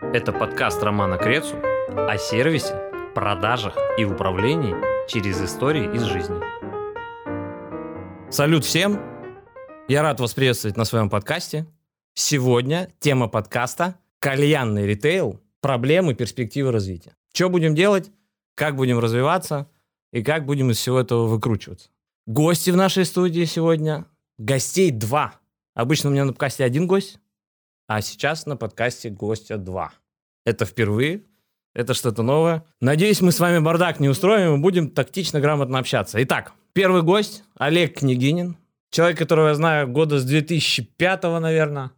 Это подкаст Романа Крецу о сервисе, продажах и управлении через истории из жизни. Салют всем! Я рад вас приветствовать на своем подкасте. Сегодня тема подкаста «Кальянный ритейл. Проблемы, перспективы развития». Что будем делать, как будем развиваться и как будем из всего этого выкручиваться. Гости в нашей студии сегодня. Гостей 2. Обычно у меня на подкасте 1 гость, а сейчас на подкасте гостя 2. Это впервые, это что-то новое. Надеюсь, мы с вами бардак не устроим и будем тактично, грамотно общаться. Итак, первый гость Олег Княгинин. Человек, которого я знаю года с 2005, наверное.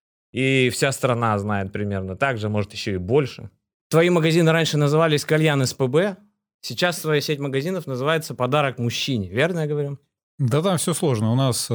И вся страна знает примерно так же, может, еще и больше. Твои магазины раньше назывались «Кальян СПБ». Сейчас твоя сеть магазинов называется «Подарок мужчине». Верно я говорю? Да, там все сложно. У нас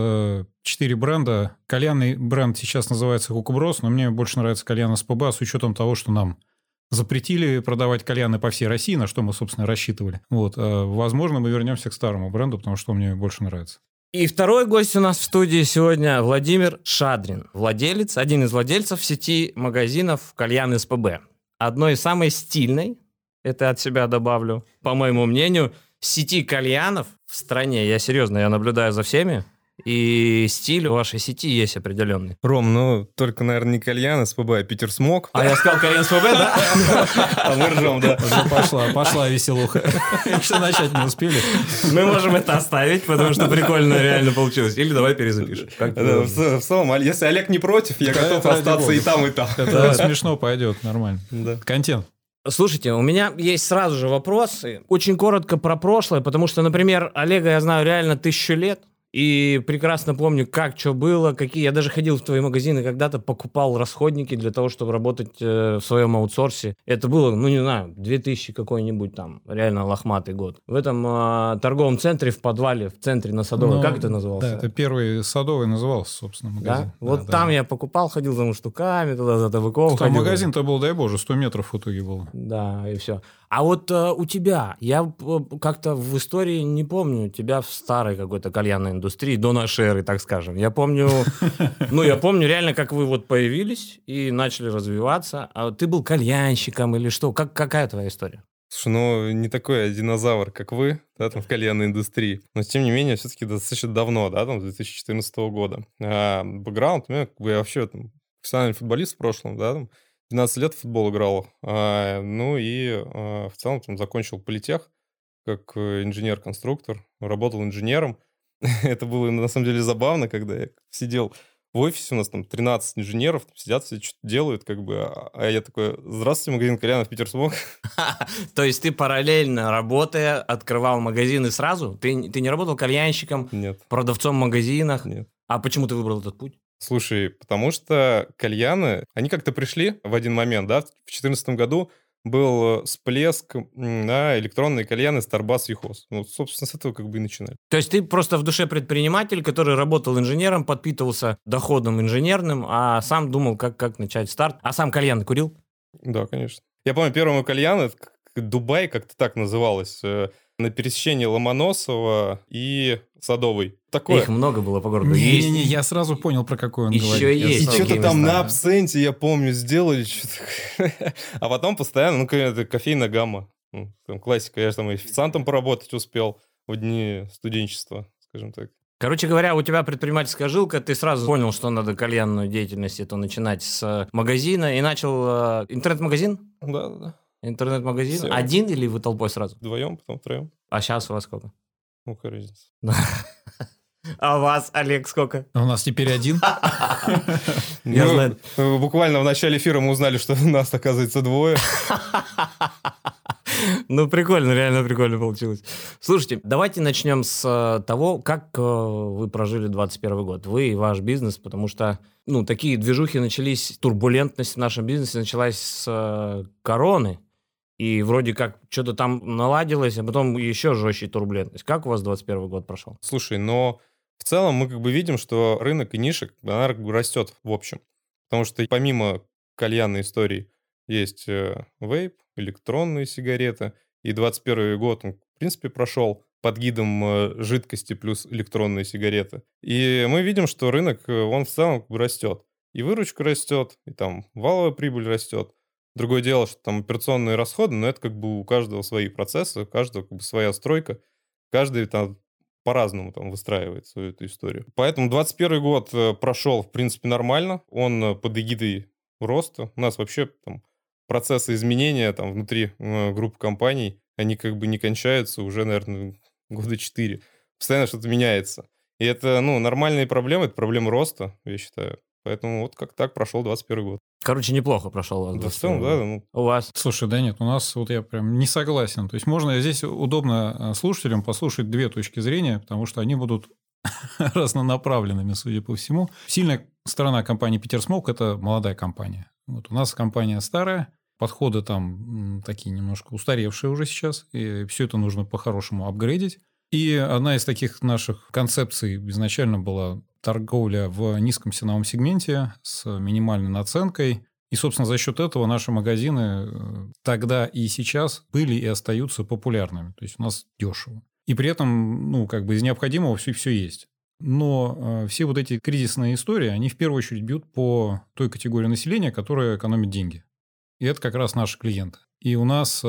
4 бренда. Кальянный бренд сейчас называется «Кукуброс», но мне больше нравится «Кальян СПБ», с учетом того, что нам запретили продавать кальяны по всей России, на что мы, собственно, рассчитывали. Возможно, мы вернемся к старому бренду, потому что он мне больше нравится. И второй гость у нас в студии сегодня Владимир Шадрин. Один из владельцев сети магазинов «Кальян СПБ». Одной из самой стильной, это от себя добавлю, по моему мнению, сети кальянов в стране. Я серьезно, я наблюдаю за всеми. И стиль у вашей сети есть определенный. Ром, только, наверное, не кальян СПБ, а Питер Смок. А я сказал «Кальян СПБ», да? А мы ржем, да. Уже пошла веселуха. Еще начать не успели. Мы можем это оставить, потому что прикольно реально получилось. Или давай перезапишем. В целом, если Олег не против, я готов остаться и там, и там. Это смешно пойдет, нормально. Контент. Слушайте, у меня есть сразу же вопросы. Очень коротко про прошлое, потому что, например, Олега я знаю реально 1000 лет. И прекрасно помню, как, что было, какие... Я даже ходил в твои магазины когда-то, покупал расходники для того, чтобы работать в своем аутсорсе. Это было, 2000 какой-нибудь там, реально лохматый год. В этом торговом центре, в подвале, в центре на Садовой. Как это назывался? Да, это первый Садовый назывался, собственно, магазин. Да? Там я покупал, ходил за муштуками, туда за табаком. Там магазин-то был, дай боже, 100 метров в итоге было. Да, и все. А вот у тебя, я как-то в истории не помню тебя в старой какой-то кальянной индустрии, до нашей эры, так скажем. Я помню, реально, как вы появились и начали развиваться. А ты был кальянщиком или что? Какая твоя история? Слушай, не такой я динозавр, как вы, да, там в кальянной индустрии. Но, тем не менее, все-таки достаточно давно, да, там, с 2014 года. Бэкграунд, я вообще профессиональный футболист в прошлом, да, там, 12 лет в футбол играл. В целом там закончил политех как инженер-конструктор, работал инженером. Это было на самом деле забавно, когда я сидел в офисе, у нас там 13 инженеров, там сидят, все что-то делают, а я такой: здравствуйте, магазин кальянов Питер Смок. То есть ты параллельно, работая, открывал магазины сразу? Ты не работал кальянщиком? Нет. Продавцом в магазинах? Нет. А почему ты выбрал этот путь? Слушай, потому что кальяны, они как-то пришли в один момент, да, в 2014 году был всплеск на электронные кальяны Starbucks и Юхос. Собственно, с этого и начинали. То есть ты просто в душе предприниматель, который работал инженером, подпитывался доходом инженерным, а сам думал, как начать старт. А сам кальян курил? Да, конечно. Я помню, первый мой кальян, это Дубай, как-то так называлось, на пересечении Ломоносова и Садовой. Такое. Их много было по городу. Не, я сразу понял, про какой он говорит. Еще есть. И что-то там на абсенте, я помню, сделали что-то. А потом постоянно, это кофейная гамма. Там классика. Я же там официантом поработать успел в дни студенчества, скажем так. Короче говоря, у тебя предпринимательская жилка, ты сразу понял, что надо кальянную деятельность эту начинать с магазина и начал... Интернет-магазин? Да. Интернет-магазин? Все. Один или вы толпой сразу? Вдвоем, потом втроем. А сейчас у вас сколько? Какая разница? А у вас, Олег, сколько? У нас теперь один. Я знаю. Буквально в начале эфира мы узнали, что нас, оказывается, 2. Прикольно, реально прикольно получилось. Слушайте, давайте начнем с того, как вы прожили 2021 год. Вы и ваш бизнес, потому что, такие движухи начались, турбулентность в нашем бизнесе началась с короны. И вроде как что-то там наладилось, а потом еще жестче турбулентность. Как у вас 2021 год прошел? Слушай, но в целом мы видим, что рынок и ниша, она растет в общем. Потому что помимо кальянной истории есть вейп, электронные сигареты. И 2021 год, он, в принципе, прошел под гидом жидкости плюс электронные сигареты. И мы видим, что рынок, он в целом растет. И выручка растет, и там валовая прибыль растет. Другое дело, что там операционные расходы, но это как бы у каждого свои процессы, у каждого как бы своя стройка, каждый там по-разному там выстраивает свою эту историю. Поэтому 21 год прошел, в принципе, нормально. Он под эгидой роста. У нас вообще там процессы изменения там внутри группы компаний, они как бы не кончаются уже, наверное, года 4. Постоянно что-то меняется. И это, ну, нормальные проблемы, это проблемы роста, я считаю. Поэтому вот как так прошел 21 год. Короче, неплохо прошел у вас. Да, в целом, да, ну, У вас? Слушай, да нет, у нас вот я прям не согласен. То есть можно здесь удобно слушателям послушать две точки зрения, потому что они будут разнонаправленными, судя по всему. Сильная сторона компании Питер Смоук – это молодая компания. Вот у нас компания старая, подходы там такие немножко устаревшие уже сейчас, и все это нужно по-хорошему апгрейдить. И одна из таких наших концепций изначально была торговля в низком ценовом сегменте с минимальной наценкой. И, собственно, за счет этого наши магазины тогда и сейчас были и остаются популярными. То есть у нас дешево. И при этом, ну, как бы из необходимого все есть. Но все вот эти кризисные истории, они в первую очередь бьют по той категории населения, которая экономит деньги. И это как раз наши клиенты. И у нас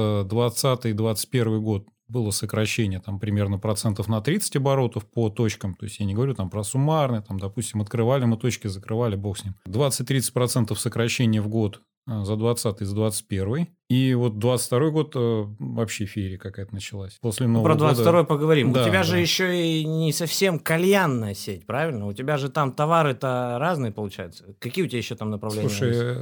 2020-2021 год было сокращение там примерно процентов на 30 оборотов по точкам. То есть я не говорю там про суммарные, там, допустим, открывали мы точки, закрывали, бог с ним. 20-30% сокращения в год за 20 и за 21. И вот 22 год вообще феерия какая-то началась. После Нового Про 22 года... поговорим. Да, У тебя да. же еще и не совсем кальянная сеть, правильно? У тебя же там товары-то разные, получаются. Какие у тебя еще там направления? Слушай,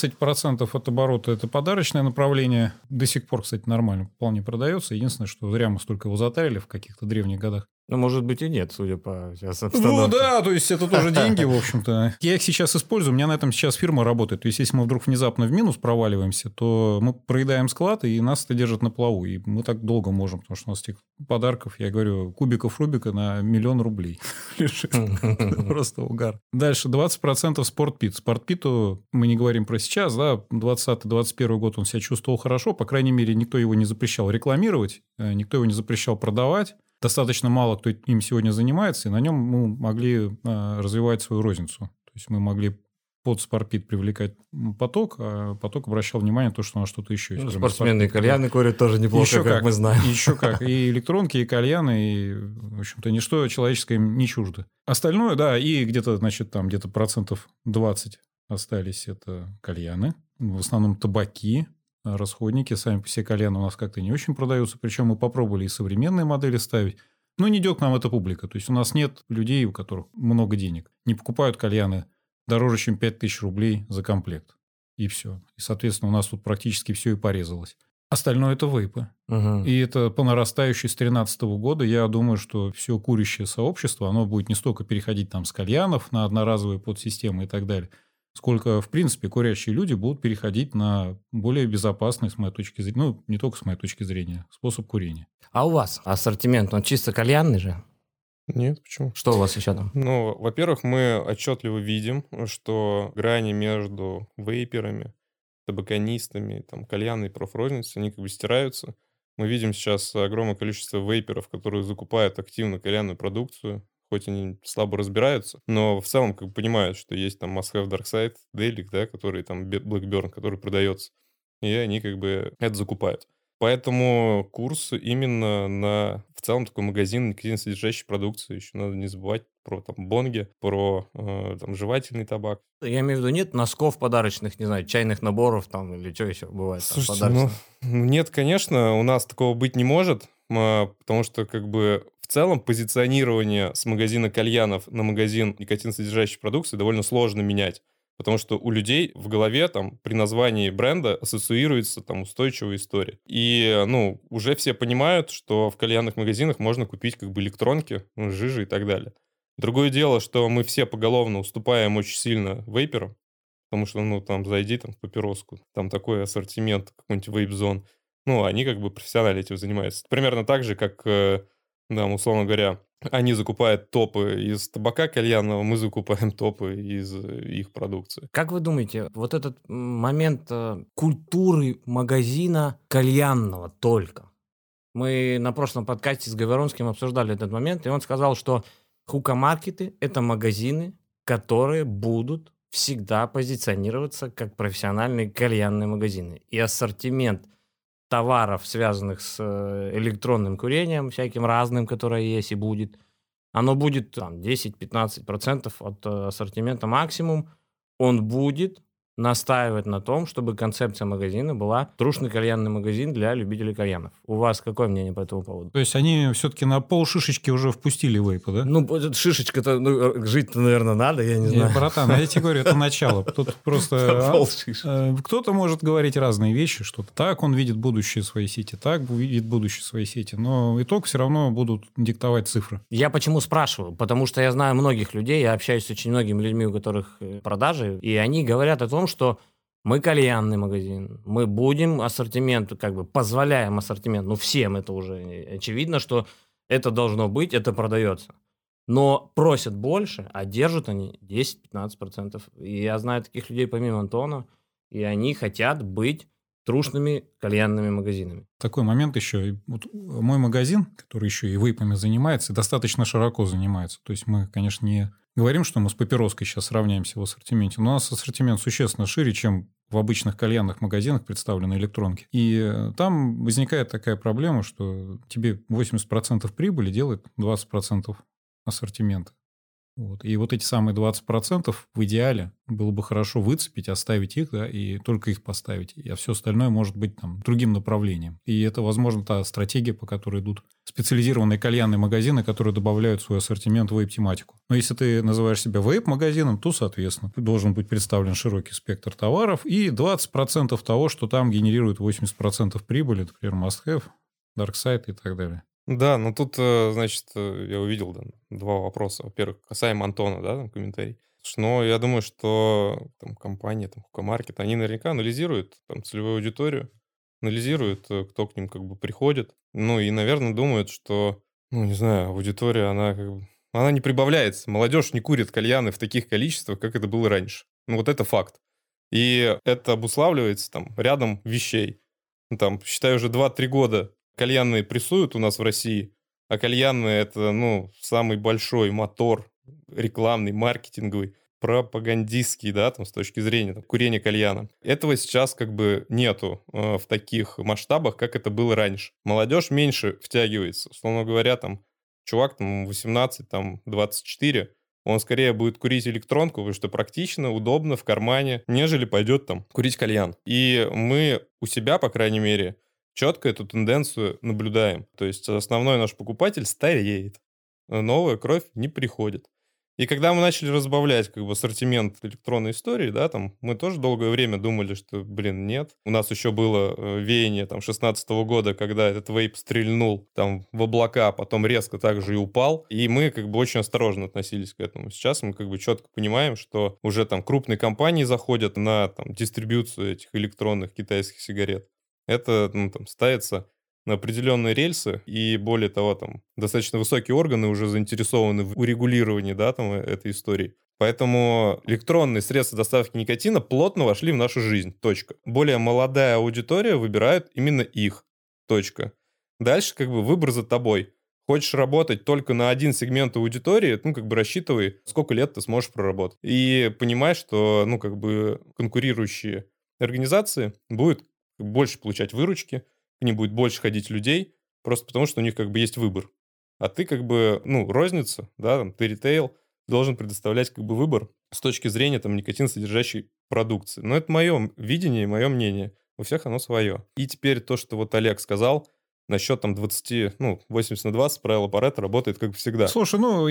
20% от оборота – это подарочное направление. До сих пор, кстати, нормально вполне продается. Единственное, что зря мы столько его затарили в каких-то древних годах. Ну, может быть, и нет, судя по сейчас обстановке. Ну да, то есть это тоже деньги, в общем-то. Я их сейчас использую, у меня на этом сейчас фирма работает. То есть если мы вдруг внезапно в минус проваливаемся, то мы проедаем склад, и нас это держит на плаву. И мы так долго можем, потому что у нас этих подарков, я говорю, кубиков Рубика на 1 000 000 рублей лежит. Просто угар. Дальше 20% спортпит. Спортпиту мы не говорим про сейчас, да, 2020-2021 год он себя чувствовал хорошо, по крайней мере, никто его не запрещал рекламировать, никто его не запрещал продавать. Достаточно мало кто им сегодня занимается, и на нем мы могли развивать свою розницу. То есть мы могли под спортпит привлекать поток, а поток обращал внимание на то, что у нас что-то еще есть. Ну, спортсмены и кальяны курят тоже неплохо, еще как мы знаем. Еще как. И электронки, и кальяны, и, в общем-то, ничто человеческое им не чуждо. Остальное, да, и где-то, значит, там где-то процентов 20 остались это кальяны, в основном табаки, расходники. Сами по себе кальяны у нас как-то не очень продаются. Причем мы попробовали и современные модели ставить. Но не идет к нам эта публика. То есть у нас нет людей, у которых много денег. Не покупают кальяны дороже, чем 5000 рублей за комплект. И все. И, соответственно, у нас тут практически все и порезалось. Остальное – это вейпы. Угу. И это по нарастающей с 2013 года. Я думаю, что все курящее сообщество, оно будет не столько переходить там с кальянов на одноразовые подсистемы и так далее, сколько, в принципе, курящие люди будут переходить на более безопасный, с моей точки зрения, ну, не только с моей точки зрения, способ курения. А у вас ассортимент, он чисто кальянный же? нет, почему? Что у вас еще там? Ну, во-первых, мы отчетливо видим, что грани между вейперами, табаконистами, там, кальянной и профрозницей, они как бы стираются. Мы видим сейчас огромное количество вейперов, которые закупают активно кальянную продукцию, хоть они слабо разбираются, но в целом как бы понимают, что есть там Must Have Dark Side, Delic, да, который там Blackburn, который продается, и они как бы это закупают. Поэтому курс именно на в целом такой магазин никотиносодержащей продукции. Еще надо не забывать про там бонги, про там жевательный табак. Я имею в виду, нет носков подарочных, не знаю, чайных наборов там или что еще бывает там Слушайте, подарочных? нет, конечно, у нас такого быть не может, потому что как бы в целом позиционирование с магазина кальянов на магазин никотиносодержащей продукции довольно сложно менять. Потому что у людей в голове там при названии бренда ассоциируется там устойчивая история. И, ну, уже все понимают, что в кальянных магазинах можно купить как бы электронки, ну, жижи и так далее. Другое дело, что мы все поголовно уступаем очень сильно вейперам, потому что, ну, там, зайди там в папироску, там такой ассортимент, какой-нибудь вейп-зон. Ну, они как бы профессионально этим занимаются. Примерно так же, как, да, условно говоря, они закупают топы из табака кальянного, мы закупаем топы из их продукции. Как вы думаете, вот этот момент культуры магазина кальянного только? Мы на прошлом подкасте с Гаверонским обсуждали этот момент, и он сказал, что хука-маркеты – это магазины, которые будут всегда позиционироваться как профессиональные кальянные магазины. И ассортимент товаров, связанных с электронным курением, всяким разным, которое есть и будет, оно будет там 10-15% от ассортимента максимум. Он будет настаивать на том, чтобы концепция магазина была трушный кальянный магазин для любителей кальянов. У вас какое мнение по этому поводу? То есть они все-таки на полшишечки уже впустили вейпы, да? Ну, шишечка-то, жить-то, наверное, надо, я не знаю. Братан, я тебе говорю, это начало. Тут просто кто-то может говорить разные вещи, что так он видит будущее своей сети, так видит будущее своей сети, но итог все равно будут диктовать цифры. Я почему спрашиваю? Потому что я знаю многих людей, я общаюсь с очень многими людьми, у которых продажи, и они говорят о том, что мы кальянный магазин, мы будем ассортимент, как бы позволяем ассортимент, ну всем это уже очевидно, что это должно быть, это продается. Но просят больше, а держат они 10-15%. И я знаю таких людей помимо Антона, и они хотят быть трушными кальянными магазинами. Такой момент еще. Вот мой магазин, который еще и вейпами занимается, достаточно широко занимается. То есть мы, конечно, не говорим, что мы с папироской сейчас сравняемся в ассортименте, но у нас ассортимент существенно шире, чем в обычных кальянных магазинах представлены электронки. И там возникает такая проблема, что тебе 80% прибыли делает 20% ассортимента. Вот. И вот эти самые 20% в идеале было бы хорошо выцепить, оставить их, да, и только их поставить. А все остальное может быть там другим направлением. И это, возможно, та стратегия, по которой идут специализированные кальянные магазины, которые добавляют в свой ассортимент вейп-тематику. Но если ты называешь себя вейп-магазином, то, соответственно, должен быть представлен широкий спектр товаров и 20% того, что там генерирует 80% прибыли, например, must-have, dark side и так далее. Да, но тут, значит, я увидел два вопроса. Во-первых, касаемо Антона, да, там комментарий. Но я думаю, что там компания, там Hookah Market, они наверняка анализируют там целевую аудиторию, анализируют, кто к ним как бы приходит. Ну и, наверное, думают, что, ну, не знаю, аудитория, она как бы, она не прибавляется. Молодежь не курит кальяны в таких количествах, как это было раньше. Ну вот это факт. И это обуславливается там рядом вещей. Ну, там, считай, уже 2-3 года кальянные прессуют у нас в России, а кальянные – это, ну, самый большой мотор рекламный, маркетинговый, пропагандистский, да, там, с точки зрения там, курения кальяна. Этого сейчас как бы нету в таких масштабах, как это было раньше. Молодежь меньше втягивается. Условно говоря, там, чувак там 18, там, 24, он скорее будет курить электронку, потому что практично, удобно, в кармане, нежели пойдет там курить кальян. И мы у себя, по крайней мере, четко эту тенденцию наблюдаем. То есть основной наш покупатель стареет, новая кровь не приходит. И когда мы начали разбавлять как бы ассортимент электронной истории, да, там, мы тоже долгое время думали, что, блин, нет. У нас еще было веяние там 16-го года, когда этот вейп стрельнул там в облака, потом резко также и упал. И мы как бы очень осторожно относились к этому. Сейчас мы как бы четко понимаем, что уже там крупные компании заходят на там дистрибьюцию этих электронных китайских сигарет. Это, ну, там, ставится на определенные рельсы, и более того, там, достаточно высокие органы уже заинтересованы в урегулировании, да, там, этой истории. Поэтому электронные средства доставки никотина плотно вошли в нашу жизнь, точка. Более молодая аудитория выбирает именно их, точка. Дальше, как бы, выбор за тобой. Хочешь работать только на один сегмент аудитории, ну, как бы, рассчитывай, сколько лет ты сможешь проработать. И понимай, что, ну, как бы, конкурирующие организации будут больше получать выручки, к ним будет больше ходить людей, просто потому что у них как бы есть выбор. А ты как бы, ну, розница, да, там, ты ритейл, должен предоставлять как бы выбор с точки зрения там никотин-содержащей продукции. Но это мое видение, мое мнение. У всех оно свое. И теперь то, что вот Олег сказал, насчет там 20, ну, 80/20 правило Парето работает как всегда. Слушай, ну,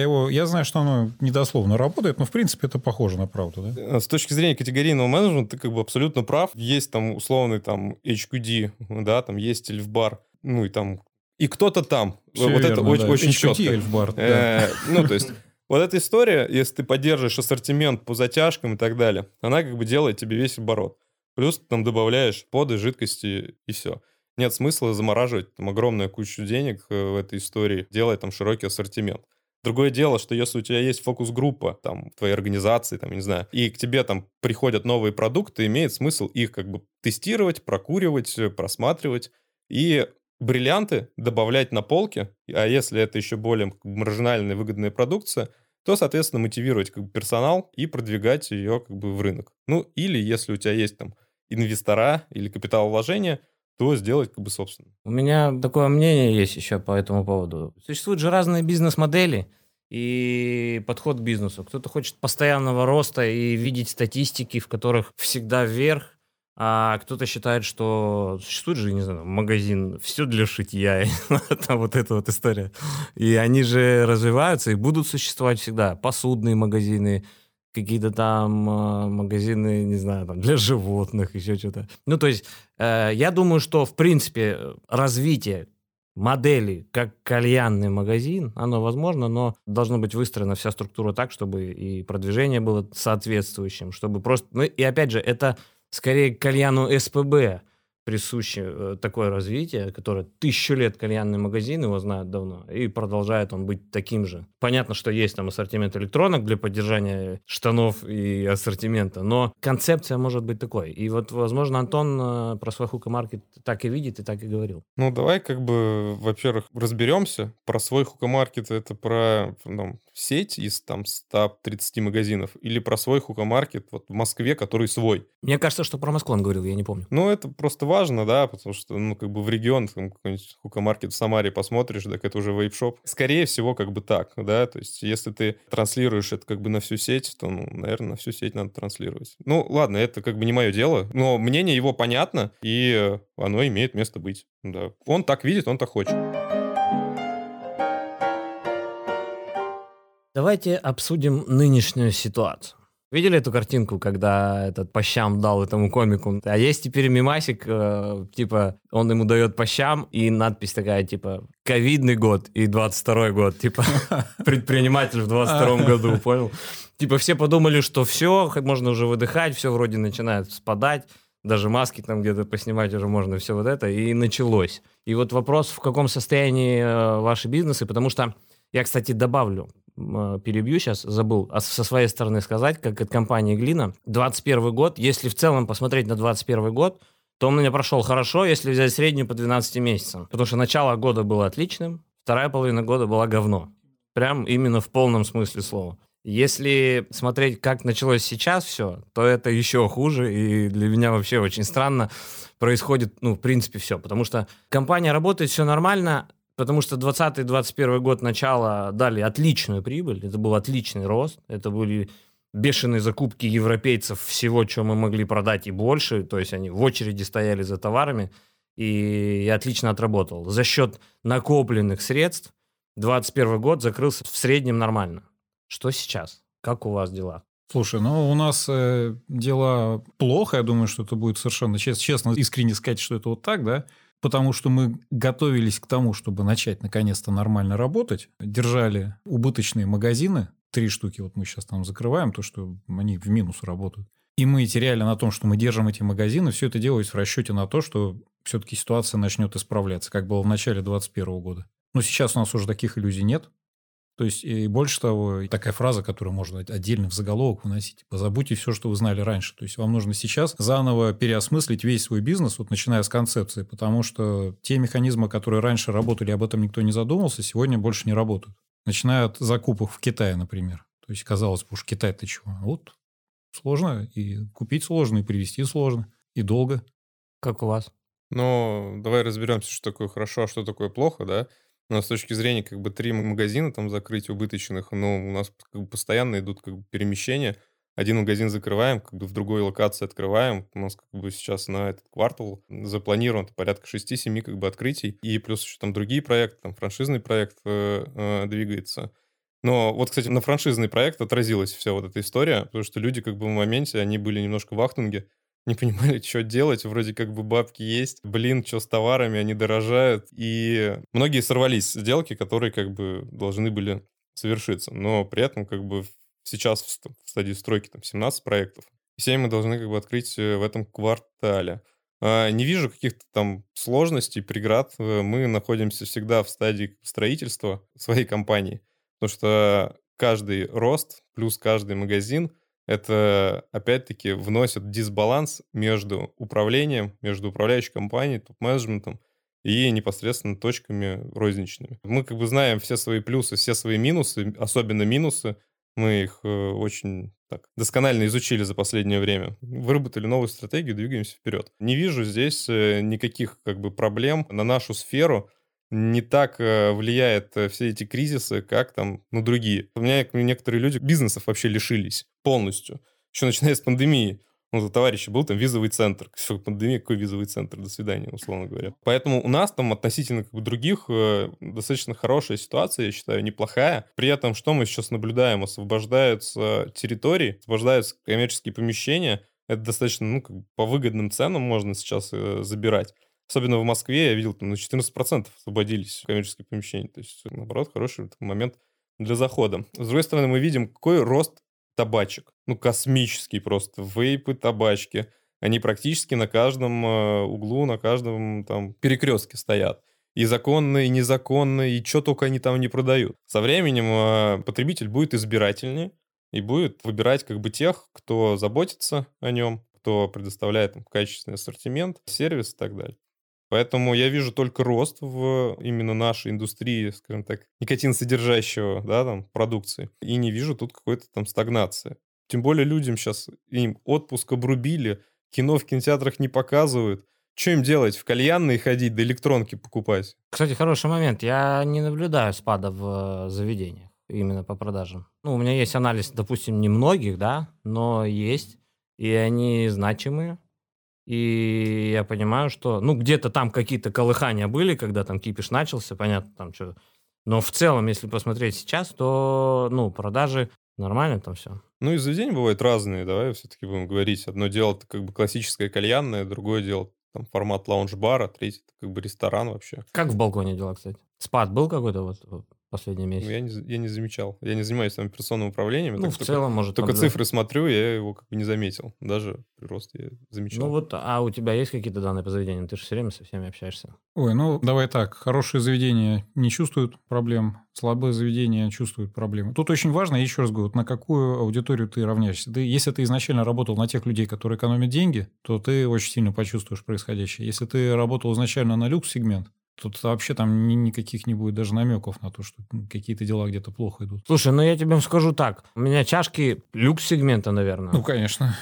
я знаю, что оно недословно работает, но, в принципе, это похоже на правду, да? С точки зрения категорийного менеджмента ты как бы абсолютно прав. Есть там условный там HQD, да, там есть Эльфбар, ну, и там, и кто-то там. Все вот верно, это да. очень HQD, четко. Эльфбар, да. Ну, то есть, вот эта история, если ты поддерживаешь ассортимент по затяжкам и так далее, она как бы делает тебе весь оборот. Плюс ты там добавляешь поды, жидкости и все. Нет смысла замораживать там огромную кучу денег в этой истории, делая там широкий ассортимент. Другое дело, что если у тебя есть фокус-группа там в твоей организации, там, я не знаю, и к тебе там приходят новые продукты, имеет смысл их как бы тестировать, прокуривать, просматривать и бриллианты добавлять на полке, а если это еще более маржинальная выгодная продукция, то, соответственно, мотивировать как бы персонал и продвигать ее как бы в рынок. Ну, или если у тебя есть там инвестора или капиталовложения, то сделать как бы собственно. У меня такое мнение есть еще по этому поводу. Существуют же разные бизнес-модели и подход к бизнесу. Кто-то хочет постоянного роста и видеть статистики, в которых всегда вверх, а кто-то считает, что существует же, не знаю, магазин «Все для шитья», там вот эта вот история. И они же развиваются и будут существовать всегда. Посудные магазины, какие-то там магазины, не знаю, там для животных, еще что-то. Ну, то есть, я думаю, что, в принципе, развитие модели как кальянный магазин, оно возможно, но должна быть выстроена вся структура так, чтобы и продвижение было соответствующим, чтобы просто... Ну, и опять же, это скорее кальяну СПБ присуще такое развитие, которое 1000 лет кальянный магазин его знают давно, и продолжает он быть таким же. Понятно, что есть там ассортимент электронок для поддержания штанов и ассортимента, но концепция может быть такой. И вот, возможно, Антон про свой хукамаркет так и видит, и так и говорил. Ну, давай как бы, во-первых, разберемся. Про свой хукамаркет это про сеть из там 130 магазинов или про свой хукамаркет вот в Москве, который свой. Мне кажется, что про Москву он говорил, я не помню. Ну, это просто важно, да, потому что, ну, как бы в регион, там, какой-нибудь хукамаркет в Самаре посмотришь, так это уже вейп-шоп. Скорее всего, как бы так, да, то есть если ты транслируешь это как бы на всю сеть, то, ну, наверное, на всю сеть надо транслировать. Ну, ладно, это как бы не мое дело, но мнение его понятно, и оно имеет место быть, да. Он так видит, он так хочет. Давайте обсудим нынешнюю ситуацию. Видели эту картинку, когда этот по щам дал этому комику? А есть теперь мемасик, типа, он ему дает по щам, и надпись такая, типа, ковидный год и 22-й год, типа, предприниматель в 22-м году, понял? Типа, все подумали, что все, можно уже выдыхать, все вроде начинает спадать, даже маски там где-то поснимать уже можно, все вот это, и началось. И вот вопрос, в каком состоянии ваши бизнесы, потому что я, кстати, добавлю, перебью сейчас, забыл со своей стороны сказать, как от компании Глина. 21 год, если в целом посмотреть на 21 год, то он у меня прошел хорошо, если взять среднюю по 12 месяцам. Потому что начало года было отличным, вторая половина года была говно. Прям именно в полном смысле слова. Если смотреть, как началось сейчас все, то это еще хуже, и для меня вообще очень странно происходит, ну, в принципе, все. Потому что компания работает, все нормально, потому что 2020-2021 год начала дали отличную прибыль, это был отличный рост, это были бешеные закупки европейцев всего, что мы могли продать и больше, то есть они в очереди стояли за товарами, и я отлично отработал. За счет накопленных средств 2021 год закрылся в среднем нормально. Что сейчас? Как у вас дела? Слушай, ну у нас дела плохо, я думаю, что это будет совершенно честно, искренне сказать, что это вот так, да, потому что мы готовились к тому, чтобы начать наконец-то нормально работать, держали убыточные магазины, 3 штуки вот мы сейчас там закрываем, то, что они в минус работают, и мы теряли на том, что мы держим эти магазины, все это делалось в расчете на то, что все-таки ситуация начнет исправляться, как было в начале 2021 года. Но сейчас у нас уже таких иллюзий нет. То есть, и больше того, такая фраза, которую можно отдельно в заголовок выносить, типа, забудьте все, что вы знали раньше. То есть, вам нужно сейчас заново переосмыслить весь свой бизнес, вот начиная с концепции, потому что те механизмы, которые раньше работали, об этом никто не задумывался, сегодня больше не работают. Начиная от закупок в Китае, например. То есть, казалось бы, уж Китай-то чего? Вот сложно, и купить сложно, и привезти сложно, и долго. Как у вас? Ну, давай разберемся, что такое хорошо, а что такое плохо, да? Но с точки зрения как бы 3 магазина там закрыть убыточных, ну, у нас как бы постоянно идут как бы перемещения. Один магазин закрываем, как бы в другой локации открываем. У нас как бы сейчас на этот квартал запланировано порядка 6-7 как бы открытий. И плюс еще там другие проекты, там франшизный проект двигается. Но вот, кстати, на франшизный проект отразилась вся вот эта история, потому что люди как бы в моменте, они были немножко в ахтунге, не понимали, что делать, вроде как бы бабки есть, блин, что с товарами, они дорожают, и многие сорвались с сделки, которые как бы должны были совершиться, но при этом как бы сейчас в стадии стройки там 17 проектов, и 7 мы должны как бы открыть в этом квартале. Не вижу каких-то там сложностей, преград, мы находимся всегда в стадии строительства своей компании, потому что каждый рост плюс каждый магазин это, опять-таки, вносит дисбаланс между управлением, между управляющей компанией, топ-менеджментом и непосредственно точками розничными. Мы как бы знаем все свои плюсы, все свои минусы, особенно минусы, Мы их очень так досконально изучили за последнее время. Выработали новую стратегию, двигаемся вперед. Не вижу здесь никаких как бы проблем на нашу сферу. Не так влияет все эти кризисы, как там, ну, другие. У меня некоторые люди бизнесов вообще лишились полностью. Еще начиная с пандемии. У товарища был там визовый центр. Все, пандемия, какой визовый центр? До свидания, условно говоря. Поэтому у нас там относительно как бы других достаточно хорошая ситуация, я считаю, неплохая. При этом, что мы сейчас наблюдаем? Освобождаются территории, освобождаются коммерческие помещения. Это достаточно, ну, как бы по выгодным ценам можно сейчас забирать. Особенно в Москве я видел, там на 14% освободились коммерческие помещения. То есть, наоборот, хороший такой момент для захода. С другой стороны, мы видим, какой рост табачек. Ну, космический просто. Вейпы, табачки. Они практически на каждом углу, на каждом там перекрестке стоят. И законно, и незаконно, и что только они там не продают. Со временем потребитель будет избирательнее и будет выбирать как бы тех, кто заботится о нем, кто предоставляет там качественный ассортимент, сервис и так далее. Поэтому я вижу только рост в именно нашей индустрии, скажем так, никотинсодержащего, да, там, продукции. И не вижу тут какой-то там стагнации. Тем более людям сейчас, им отпуск обрубили, кино в кинотеатрах не показывают. Что им делать? В кальянные ходить, да электронки покупать? Кстати, хороший момент. Я не наблюдаю спада в заведениях именно по продажам. Ну, у меня есть анализ, допустим, немногих, да, но есть, и они значимые. И я понимаю, что, ну, где-то там какие-то колыхания были, когда там кипиш начался, понятно, там что. Но в целом, если посмотреть сейчас, то, ну, продажи нормально там все. Ну и заведения бывают разные, давай все-таки будем говорить. Одно дело это как бы классическое кальянное, другое дело там формат лаунж-бара, третье это как бы ресторан вообще. Как в балконе дела, кстати? Спад был какой-то вот в последний Ну, месяц? я не замечал. Я не занимаюсь там операционным управлением. Ну, в целом, может, Только наблюдать. цифры смотрю, я его как бы не заметил. Даже прирост я замечал. Ну вот, а у тебя есть какие-то данные по заведениям? Ты же все время со всеми общаешься. Ой, ну давай так. Хорошие заведения не чувствуют проблем, слабые заведения чувствуют проблемы. Тут очень важно, я еще раз говорю, вот на какую аудиторию ты равняешься. Если ты изначально работал на тех людей, которые экономят деньги, то ты очень сильно почувствуешь происходящее. Если ты работал изначально на люкс-сегмент, тут вообще там никаких не будет даже намеков на то, что какие-то дела где-то плохо идут. Слушай, ну я тебе скажу так. У меня чашки люкс-сегмента, наверное. Ну, конечно.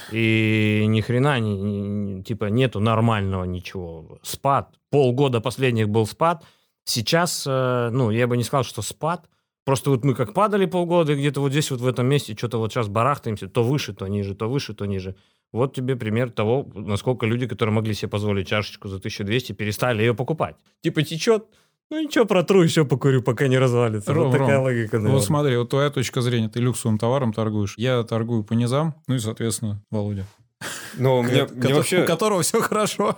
И ни хрена, типа, нету нормального ничего. Спад. Полгода последних был спад. Сейчас, ну, я бы не сказал, что спад. Просто вот мы как падали полгода, и где-то вот здесь вот в этом месте что-то вот сейчас барахтаемся. То выше, то ниже, то выше, то ниже. Вот тебе пример того, насколько люди, которые могли себе позволить чашечку за 1200, перестали ее покупать. Типа течет, ну ничего, протру, еще покурю, пока не развалится. Ром, вот такая Ром, логика, наверное. Вот смотри, вот твоя точка зрения, ты люксовым товаром торгуешь, я торгую по низам, ну и, соответственно, Володя. Но мне вообще... У которого все хорошо.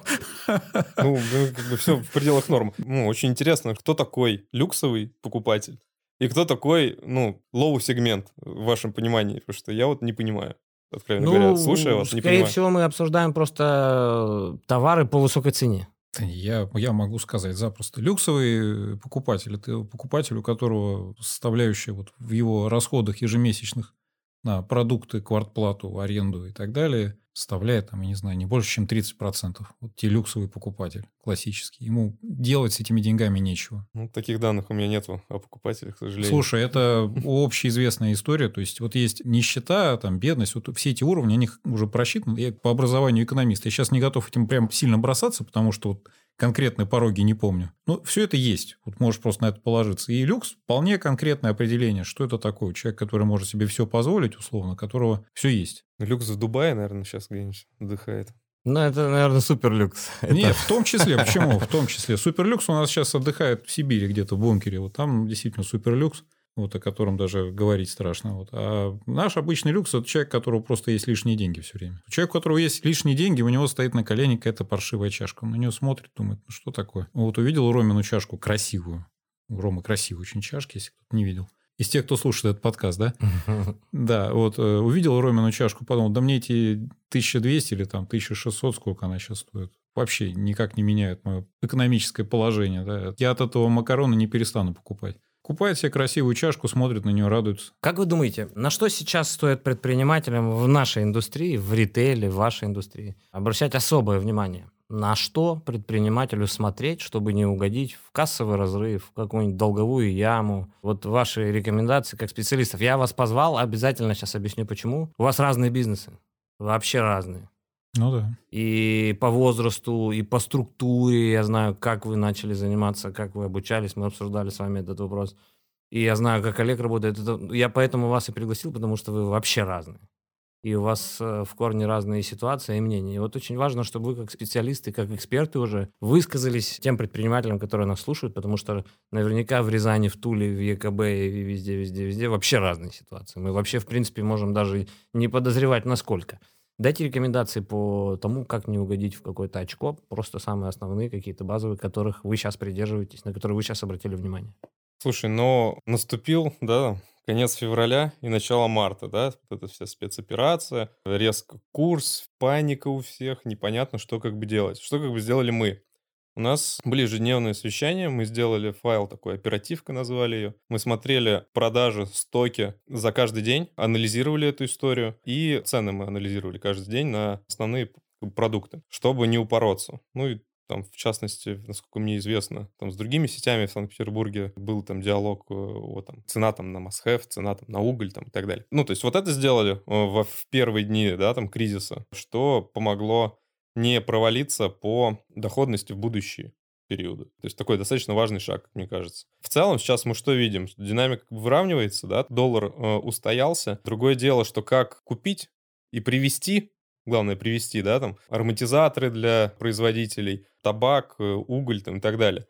Ну, как бы все в пределах норм. Ну, очень интересно, кто такой люксовый покупатель и кто такой, ну, лоу-сегмент в вашем понимании, потому что я вот не понимаю. Откровенно говоря, слушая вас, не скорее понимаю. всего, мы обсуждаем просто товары по высокой цене. Я могу сказать запросто. Люксовый покупатель – это покупатель, у которого составляющая вот в его расходах ежемесячных на продукты, квартплату, аренду и так далее составляет, там, я не знаю, не больше, чем 30%. Вот те люксовый покупатель классический. Ему делать с этими деньгами нечего. Ну, таких данных у меня нету о покупателях, к сожалению. Слушай, это общеизвестная история. То есть, вот есть нищета, там, бедность. Вот все эти уровни, они уже просчитаны. Я по образованию экономист. Я сейчас не готов этим прям сильно бросаться, потому что вот конкретные пороги не помню. Но все это есть. Вот можешь просто на это положиться. И люкс – вполне конкретное определение, что это такое. Человек, который может себе все позволить, условно, которого все есть. Люкс в Дубае, наверное, сейчас где-нибудь отдыхает. Ну, это, наверное, суперлюкс. Нет, в том числе. Почему? В том числе. Суперлюкс у нас сейчас отдыхает в Сибири где-то в бункере. Вот там действительно суперлюкс, вот, о котором даже говорить страшно. Вот. А наш обычный люкс – это человек, у которого просто есть лишние деньги все время. Человек, у которого есть лишние деньги, у него стоит на колене какая-то паршивая чашка. Он на нее смотрит, думает, ну что такое? Вот увидел Ромину чашку красивую. У Ромы красивые очень чашки, если кто-то не видел. Из тех, кто слушает этот подкаст, да? Да, вот увидел Ромину чашку, подумал, да мне эти 1200 или там 1600, сколько она сейчас стоит, вообще никак не меняют мое экономическое положение. Да? Я от этого макарона не перестану покупать. Покупает себе красивую чашку, смотрит на нее, радуется. Как вы думаете, на что сейчас стоит предпринимателям в нашей индустрии, в ритейле, в вашей индустрии обращать особое внимание? На что предпринимателю смотреть, чтобы не угодить в кассовый разрыв, в какую-нибудь долговую яму? Вот ваши рекомендации как специалистов. Я вас позвал, обязательно сейчас объясню почему. У вас разные бизнесы, вообще разные. Ну да. И по возрасту, и по структуре. Я знаю, как вы начали заниматься, как вы обучались. Мы обсуждали с вами этот вопрос. И я знаю, как Олег работает. Я поэтому вас и пригласил, потому что вы вообще разные. И у вас в корне разные ситуации и мнения. И вот очень важно, чтобы вы как специалисты, как эксперты уже высказались тем предпринимателям, которые нас слушают, потому что наверняка в Рязани, в Туле, в ЕКБ и везде вообще разные ситуации. Мы вообще, в принципе, можем даже не подозревать, насколько. Дайте рекомендации по тому, как не угодить в какое-то очко, просто самые основные, какие-то базовые, которых вы сейчас придерживаетесь, на которые вы сейчас обратили внимание. Слушай, но наступил, да, конец февраля и начало марта, да, вот эта вся спецоперация, резко курс, паника у всех, непонятно, что как бы делать. Что как бы сделали мы? У нас были ежедневные совещания, мы сделали файл такой, оперативка назвали ее. Мы смотрели продажи, стоки за каждый день, анализировали эту историю, и цены мы анализировали каждый день на основные продукты, чтобы не упороться. Ну и там, в частности, насколько мне известно, там с другими сетями в Санкт-Петербурге был там диалог о там, цена там на must-have, цена там на уголь там и так далее. Ну, то есть вот это сделали в первые дни, да, там кризиса, что помогло не провалиться по доходности в будущие периоды. То есть такой достаточно важный шаг, как мне кажется. В целом сейчас мы что видим? Динамика выравнивается, да, доллар устоялся. Другое дело, что как купить и привести, главное привести, да, там, ароматизаторы для производителей, табак, уголь там и так далее.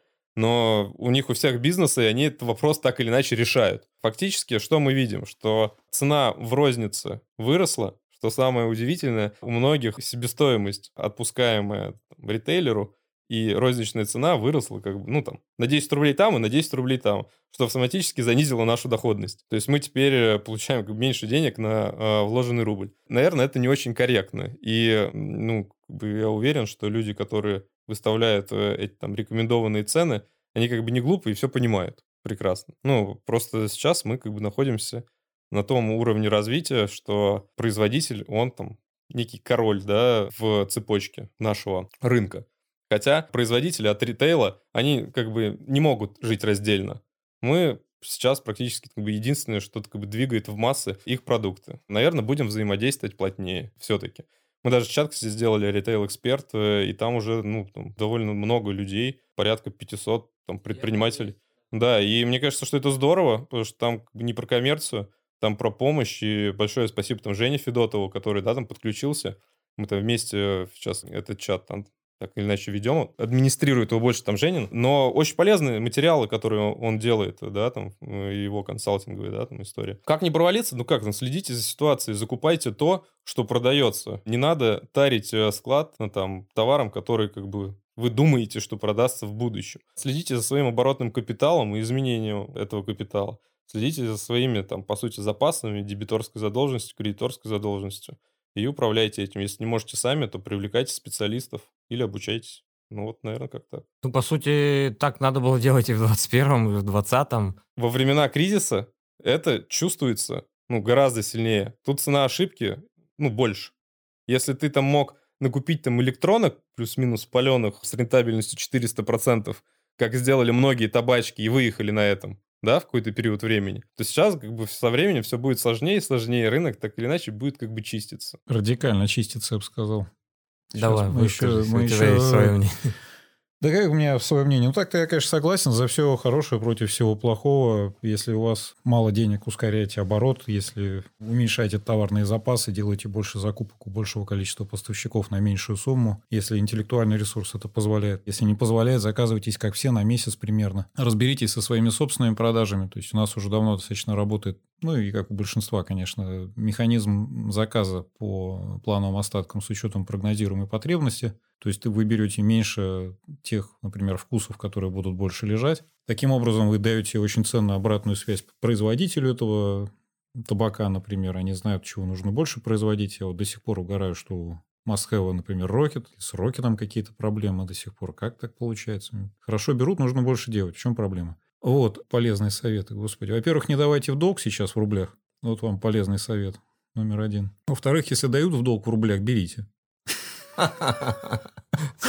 Но у них у всех бизнесы, и они этот вопрос так или иначе решают. Фактически, что мы видим? Что цена в рознице выросла, что самое удивительное, у многих себестоимость, отпускаемая там, ритейлеру, и розничная цена выросла как бы, ну там, на 10 рублей там и на 10 рублей там, что автоматически занизило нашу доходность. То есть мы теперь получаем как бы меньше денег на вложенный рубль. Наверное, это не очень корректно. И, ну, как бы я уверен, что люди, которые выставляют эти там рекомендованные цены, они как бы не глупые и все понимают прекрасно. Ну, просто сейчас мы как бы находимся на том уровне развития, что производитель, он там некий король, да, в цепочке нашего рынка. Хотя производители от ритейла, они как бы не могут жить раздельно. Мы сейчас практически как бы единственное, что как бы двигает в массы их продукты. Наверное, будем взаимодействовать плотнее все-таки. Мы даже чат, кстати, сделали ритейл-эксперт, и там уже ну, там довольно много людей, порядка 500 там, предпринимателей. Да, и мне кажется, что это здорово, потому что там как бы не про коммерцию, там про помощь. И большое спасибо там Жене Федотову, который, да, там подключился. Мы там вместе сейчас этот чат там так или иначе ведем. Администрирует его больше там Женин. Но очень полезные материалы, которые он делает, да, там, его консалтинговые, да, там история. Как не провалиться? Ну как, там, следите за ситуацией, закупайте то, что продается. Не надо тарить склад там товаром, который как бы вы думаете, что продастся в будущем. Следите за своим оборотным капиталом и изменением этого капитала. Следите за своими, там, по сути, запасами, дебиторской задолженностью, кредиторской задолженностью. И управляйте этим. Если не можете сами, то привлекайте специалистов или обучайтесь. Ну вот, наверное, как так. Ну, по сути, так надо было делать и в 21-м, и в 20-м. Во времена кризиса это чувствуется, ну, гораздо сильнее. Тут цена ошибки, ну, больше. Если ты там мог накупить там электронок плюс-минус паленых с рентабельностью 400%, как сделали многие табачки и выехали на этом, да, в какой-то период времени, то сейчас как бы со временем все будет сложнее и сложнее, рынок так или иначе будет как бы чиститься. Радикально чистится, я бы сказал. Давай, мы выскажись, мы у тебя есть свое мнение. Да как у меня свое мнение? Ну, так-то я, конечно, согласен. За все хорошее против всего плохого. Если у вас мало денег, ускоряйте оборот. Если уменьшаете товарные запасы, делаете больше закупок у большего количества поставщиков на меньшую сумму. Если интеллектуальный ресурс это позволяет. Если не позволяет, заказывайтесь, как все, на месяц примерно. Разберитесь со своими собственными продажами. То есть у нас уже давно достаточно работает, ну и как у большинства, конечно, механизм заказа по плановым остаткам с учетом прогнозируемой потребности. То есть вы берете меньше тех, например, вкусов, которые будут больше лежать. Таким образом, вы даете очень ценную обратную связь производителю этого табака, например. Они знают, чего нужно больше производить. Я вот до сих пор угораю, что у must-have, например, Rocket. С Rocket какие-то проблемы до сих пор. Как так получается? Хорошо берут, нужно больше делать. В чем проблема? Вот полезные советы, господи. Во-первых, не давайте в долг сейчас в рублях. Вот вам полезный совет номер 1. Во-вторых, если дают в долг в рублях, берите.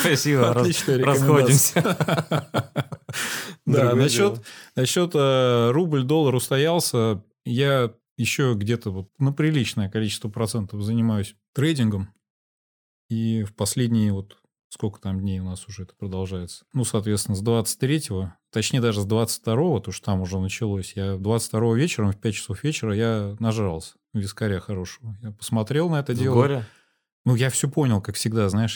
Спасибо, Отличная расходимся. Да, насчет рубль-доллар устоялся. Я еще где-то вот на приличное количество процентов занимаюсь трейдингом. И в последние вот сколько там дней у нас уже это продолжается? Ну, соответственно, с 23-го, точнее даже с 22-го, то что там уже началось. Я 22-го вечером, в 5 часов вечера я нажрался вискаря хорошего. Я посмотрел на это дело. Горе? Ну, я все понял, как всегда, знаешь.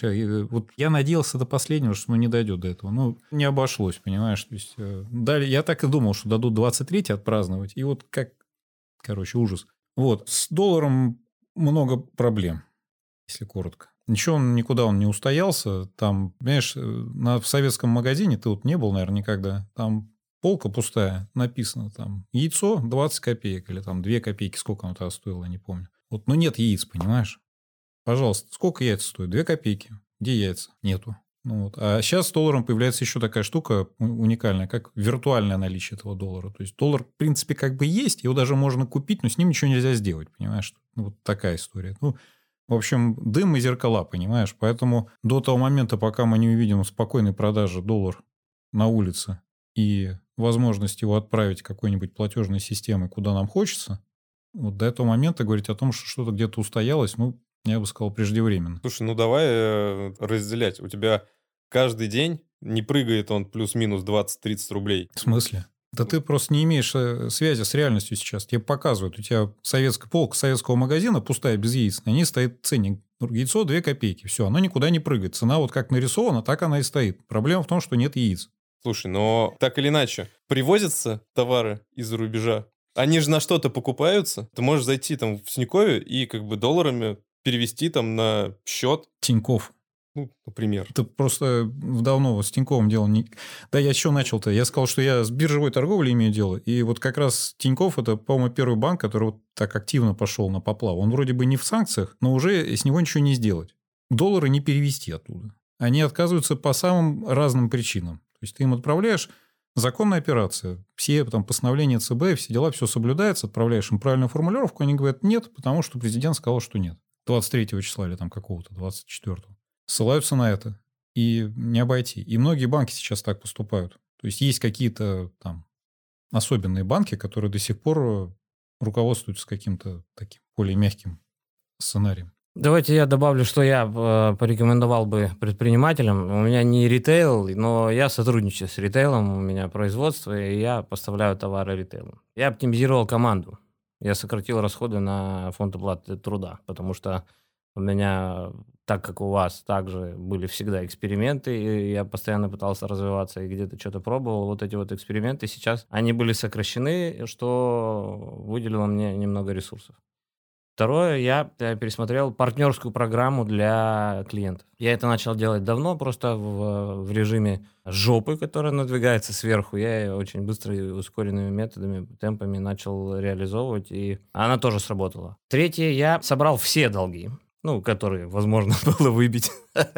Я надеялся до последнего, что не дойдет до этого. Ну, не обошлось, понимаешь. То есть, далее, я так и думал, что дадут 23-й отпраздновать. И вот как, короче, ужас. Вот, с долларом много проблем, если коротко. Ничего, никуда он не устоялся. Там, понимаешь, в советском магазине ты вот не был, наверное, никогда. Там полка пустая, написано там яйцо 20 копеек или там 2 копейки, сколько оно тогда стоило, я не помню. Вот, но нет яиц, понимаешь? Пожалуйста, сколько яиц стоит? 2 копейки. Где яйца? Нету. Ну, вот. А сейчас с долларом появляется еще такая штука уникальная, как виртуальное наличие этого доллара. То есть доллар, в принципе, как бы есть, его даже можно купить, но с ним ничего нельзя сделать, понимаешь? Ну, вот такая история. Ну, в общем, дым и зеркала, понимаешь? Поэтому до того момента, пока мы не увидим спокойной продажи доллар на улице и возможность его отправить какой-нибудь платежной системой, куда нам хочется, вот до этого момента говорить о том, что что-то где-то устоялось, ну, я бы сказал, преждевременно. Слушай, ну давай разделять. У тебя каждый день не прыгает он плюс-минус 20-30 рублей. В смысле? Да ты просто не имеешь связи с реальностью сейчас. Тебе показывают, у тебя советская полка советского магазина пустая, без яиц. На ней стоит ценник. Яйцо 2 копейки. Все, оно никуда не прыгает. Цена вот как нарисована, так она и стоит. Проблема в том, что нет яиц. Слушай, но так или иначе, привозятся товары из-за рубежа. Они же на что-то покупаются. Ты можешь зайти там в Тинькове и как бы долларами перевести там на счет. Тинькофф. Ну, например. Это просто давно вот с Тиньковым дело не... Да, я еще начал-то. Я сказал, что я с биржевой торговлей имею дело. И вот как раз Тинькофф – это, по-моему, первый банк, который вот так активно пошел на поплав. Он вроде бы не в санкциях, но уже с него ничего не сделать. Доллары не перевести оттуда. Они отказываются по самым разным причинам. То есть ты им отправляешь законная операция. Все там постановления ЦБ, все дела, все соблюдается. Отправляешь им правильную формулировку, они говорят нет, потому что президент сказал, что нет. 23 числа или там какого-то, 24-го. Ссылаются на это. И не обойти. И многие банки сейчас так поступают. То есть есть какие-то там особенные банки, которые до сих пор руководствуются каким-то таким более мягким сценарием. Давайте я добавлю, что я порекомендовал бы предпринимателям. У меня не ритейл, но я сотрудничаю с ритейлом, у меня производство, и я поставляю товары ритейлу. Я оптимизировал команду. Я сократил расходы на фонд оплаты труда, потому что у меня, так как у вас, также были всегда эксперименты, и я постоянно пытался развиваться и где-то что-то пробовал. Вот эти вот эксперименты сейчас, они были сокращены, что выделило мне немного ресурсов. Второе, я пересмотрел партнерскую программу для клиентов. Я это начал делать давно, просто в режиме жопы, которая надвигается сверху. Я ее очень быстро и ускоренными методами, темпами начал реализовывать, и она тоже сработала. Третье, я собрал все долги, которые возможно было выбить,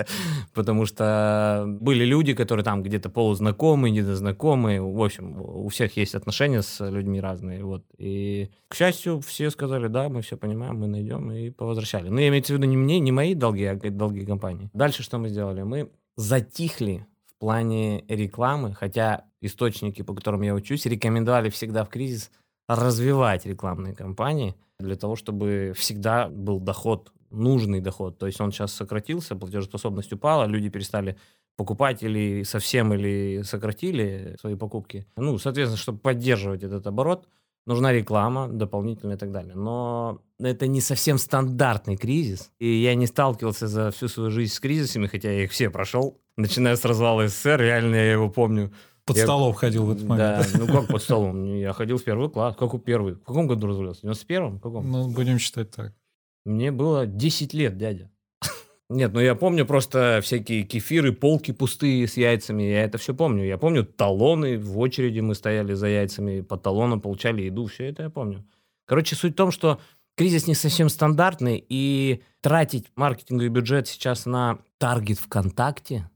потому что были люди, которые там где-то полузнакомые, недознакомые, в общем, у всех есть отношения с людьми разные, вот, и, к счастью, все сказали, да, мы все понимаем, мы найдем, и повозвращали. Но имеется в виду не мои долги, а долги компании. Дальше что мы сделали? Мы затихли в плане рекламы, хотя источники, по которым я учусь, рекомендовали всегда в кризис развивать рекламные кампании для того, чтобы всегда был доход, нужный доход. То есть он сейчас сократился, платежеспособность упала, люди перестали покупать или совсем, или сократили свои покупки. Соответственно, чтобы поддерживать этот оборот, нужна реклама дополнительная и так далее. Но это не совсем стандартный кризис. И я не сталкивался за всю свою жизнь с кризисами, хотя я их все прошел. Начиная с развала СССР, реально я его помню. Под столом ходил в этот момент. Да, как под столом? Я ходил в первый класс. Как первый? В каком году развалился? В 91-м? Каком? Будем считать так. Мне было 10 лет, дядя. Нет, я помню просто всякие кефиры, полки пустые с яйцами. Я это все помню. Я помню талоны, в очереди мы стояли за яйцами, по талонам получали еду. Все это я помню. Короче, суть в том, что кризис не совсем стандартный, и тратить маркетинговый бюджет сейчас на таргет ВКонтакте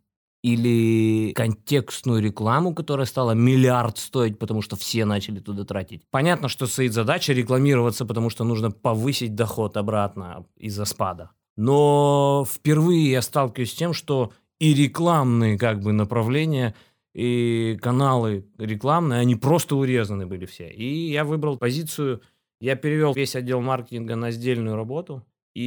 или контекстную рекламу, которая стала миллиард стоить, потому что все начали туда тратить. Понятно, что стоит задача рекламироваться, потому что нужно повысить доход обратно из-за спада. Но впервые я сталкиваюсь с тем, что и рекламные как бы направления, и каналы рекламные, они просто урезаны были все. И я выбрал позицию, я перевел весь отдел маркетинга на сдельную работу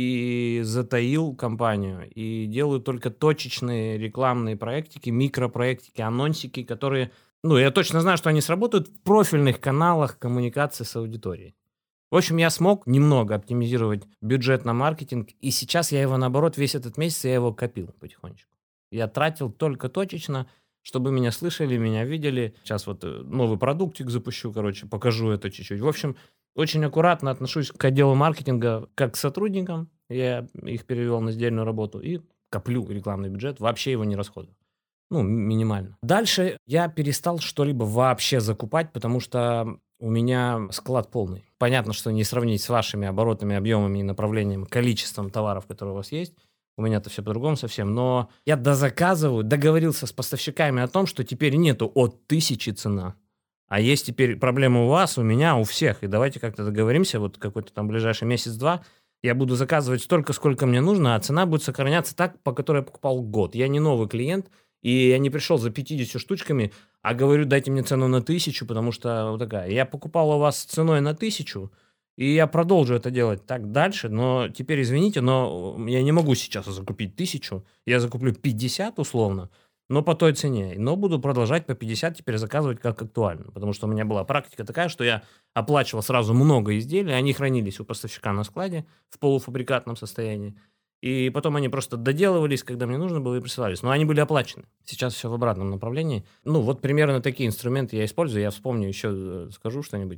и затаил компанию. И делаю только точечные рекламные проектики, микропроектики, анонсики, которые... Ну, я точно знаю, что они сработают в профильных каналах коммуникации с аудиторией. В общем, я смог немного оптимизировать бюджет на маркетинг, и сейчас я его, наоборот, весь этот месяц я его копил потихонечку. Я тратил только точечно, чтобы меня слышали, меня видели. Сейчас вот новый продуктик запущу, короче, покажу это чуть-чуть. В общем, очень аккуратно отношусь к отделу маркетинга как к сотрудникам. Я их перевел на сдельную работу и коплю рекламный бюджет, вообще его не расходую. Ну, минимально. Дальше я перестал что-либо вообще закупать, потому что у меня склад полный. Понятно, что не сравнить с вашими оборотами, объемами и направлением, количеством товаров, которые у вас есть. У меня-то все по-другому совсем. Но я дозаказываю, договорился с поставщиками о том, что теперь нету от 1000 цена. А есть теперь проблема у вас, у меня, у всех. И давайте как-то договоримся, вот какой-то там ближайший месяц-два, я буду заказывать столько, сколько мне нужно, а цена будет сохраняться так, по которой я покупал год. Я не новый клиент, и я не пришел за 50 штучками, а говорю, дайте мне цену на 1000, потому что вот такая. Я покупал у вас ценой на 1000, и я продолжу это делать так дальше, но теперь, извините, но я не могу сейчас закупить 1000, я закуплю 50 условно, но по той цене. Но буду продолжать по 50 теперь заказывать как актуально, потому что у меня была практика такая, что я оплачивал сразу много изделий, они хранились у поставщика на складе в полуфабрикатном состоянии, и потом они просто доделывались, когда мне нужно было, и присылались. Но они были оплачены. Сейчас все в обратном направлении. Ну, вот примерно такие инструменты я использую. Я вспомню еще, скажу что-нибудь.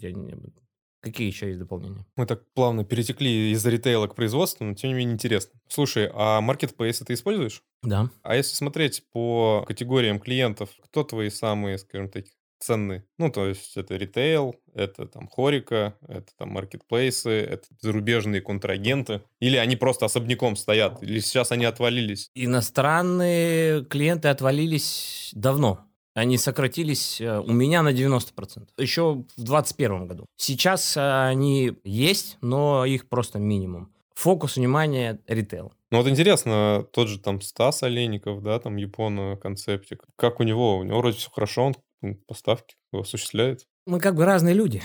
Какие еще есть дополнения? Мы так плавно перетекли из ритейла к производству, но тем не менее интересно. Слушай, а Marketplace ты используешь? Да. А если смотреть по категориям клиентов, кто твои самые, скажем так, ценные? Ну, то есть это ритейл, это там хорика, это там маркетплейсы, это зарубежные контрагенты. Или они просто особняком стоят, или сейчас они отвалились? Иностранные клиенты отвалились давно. Они сократились у меня на 90%. Еще в 2021 году. Сейчас они есть, но их просто минимум. Фокус внимания – ритейл. Ну вот интересно, тот же там Стас Олейников, да, там Японо-концептик. Как у него? У него вроде все хорошо, он поставки осуществляет. Мы как бы разные люди.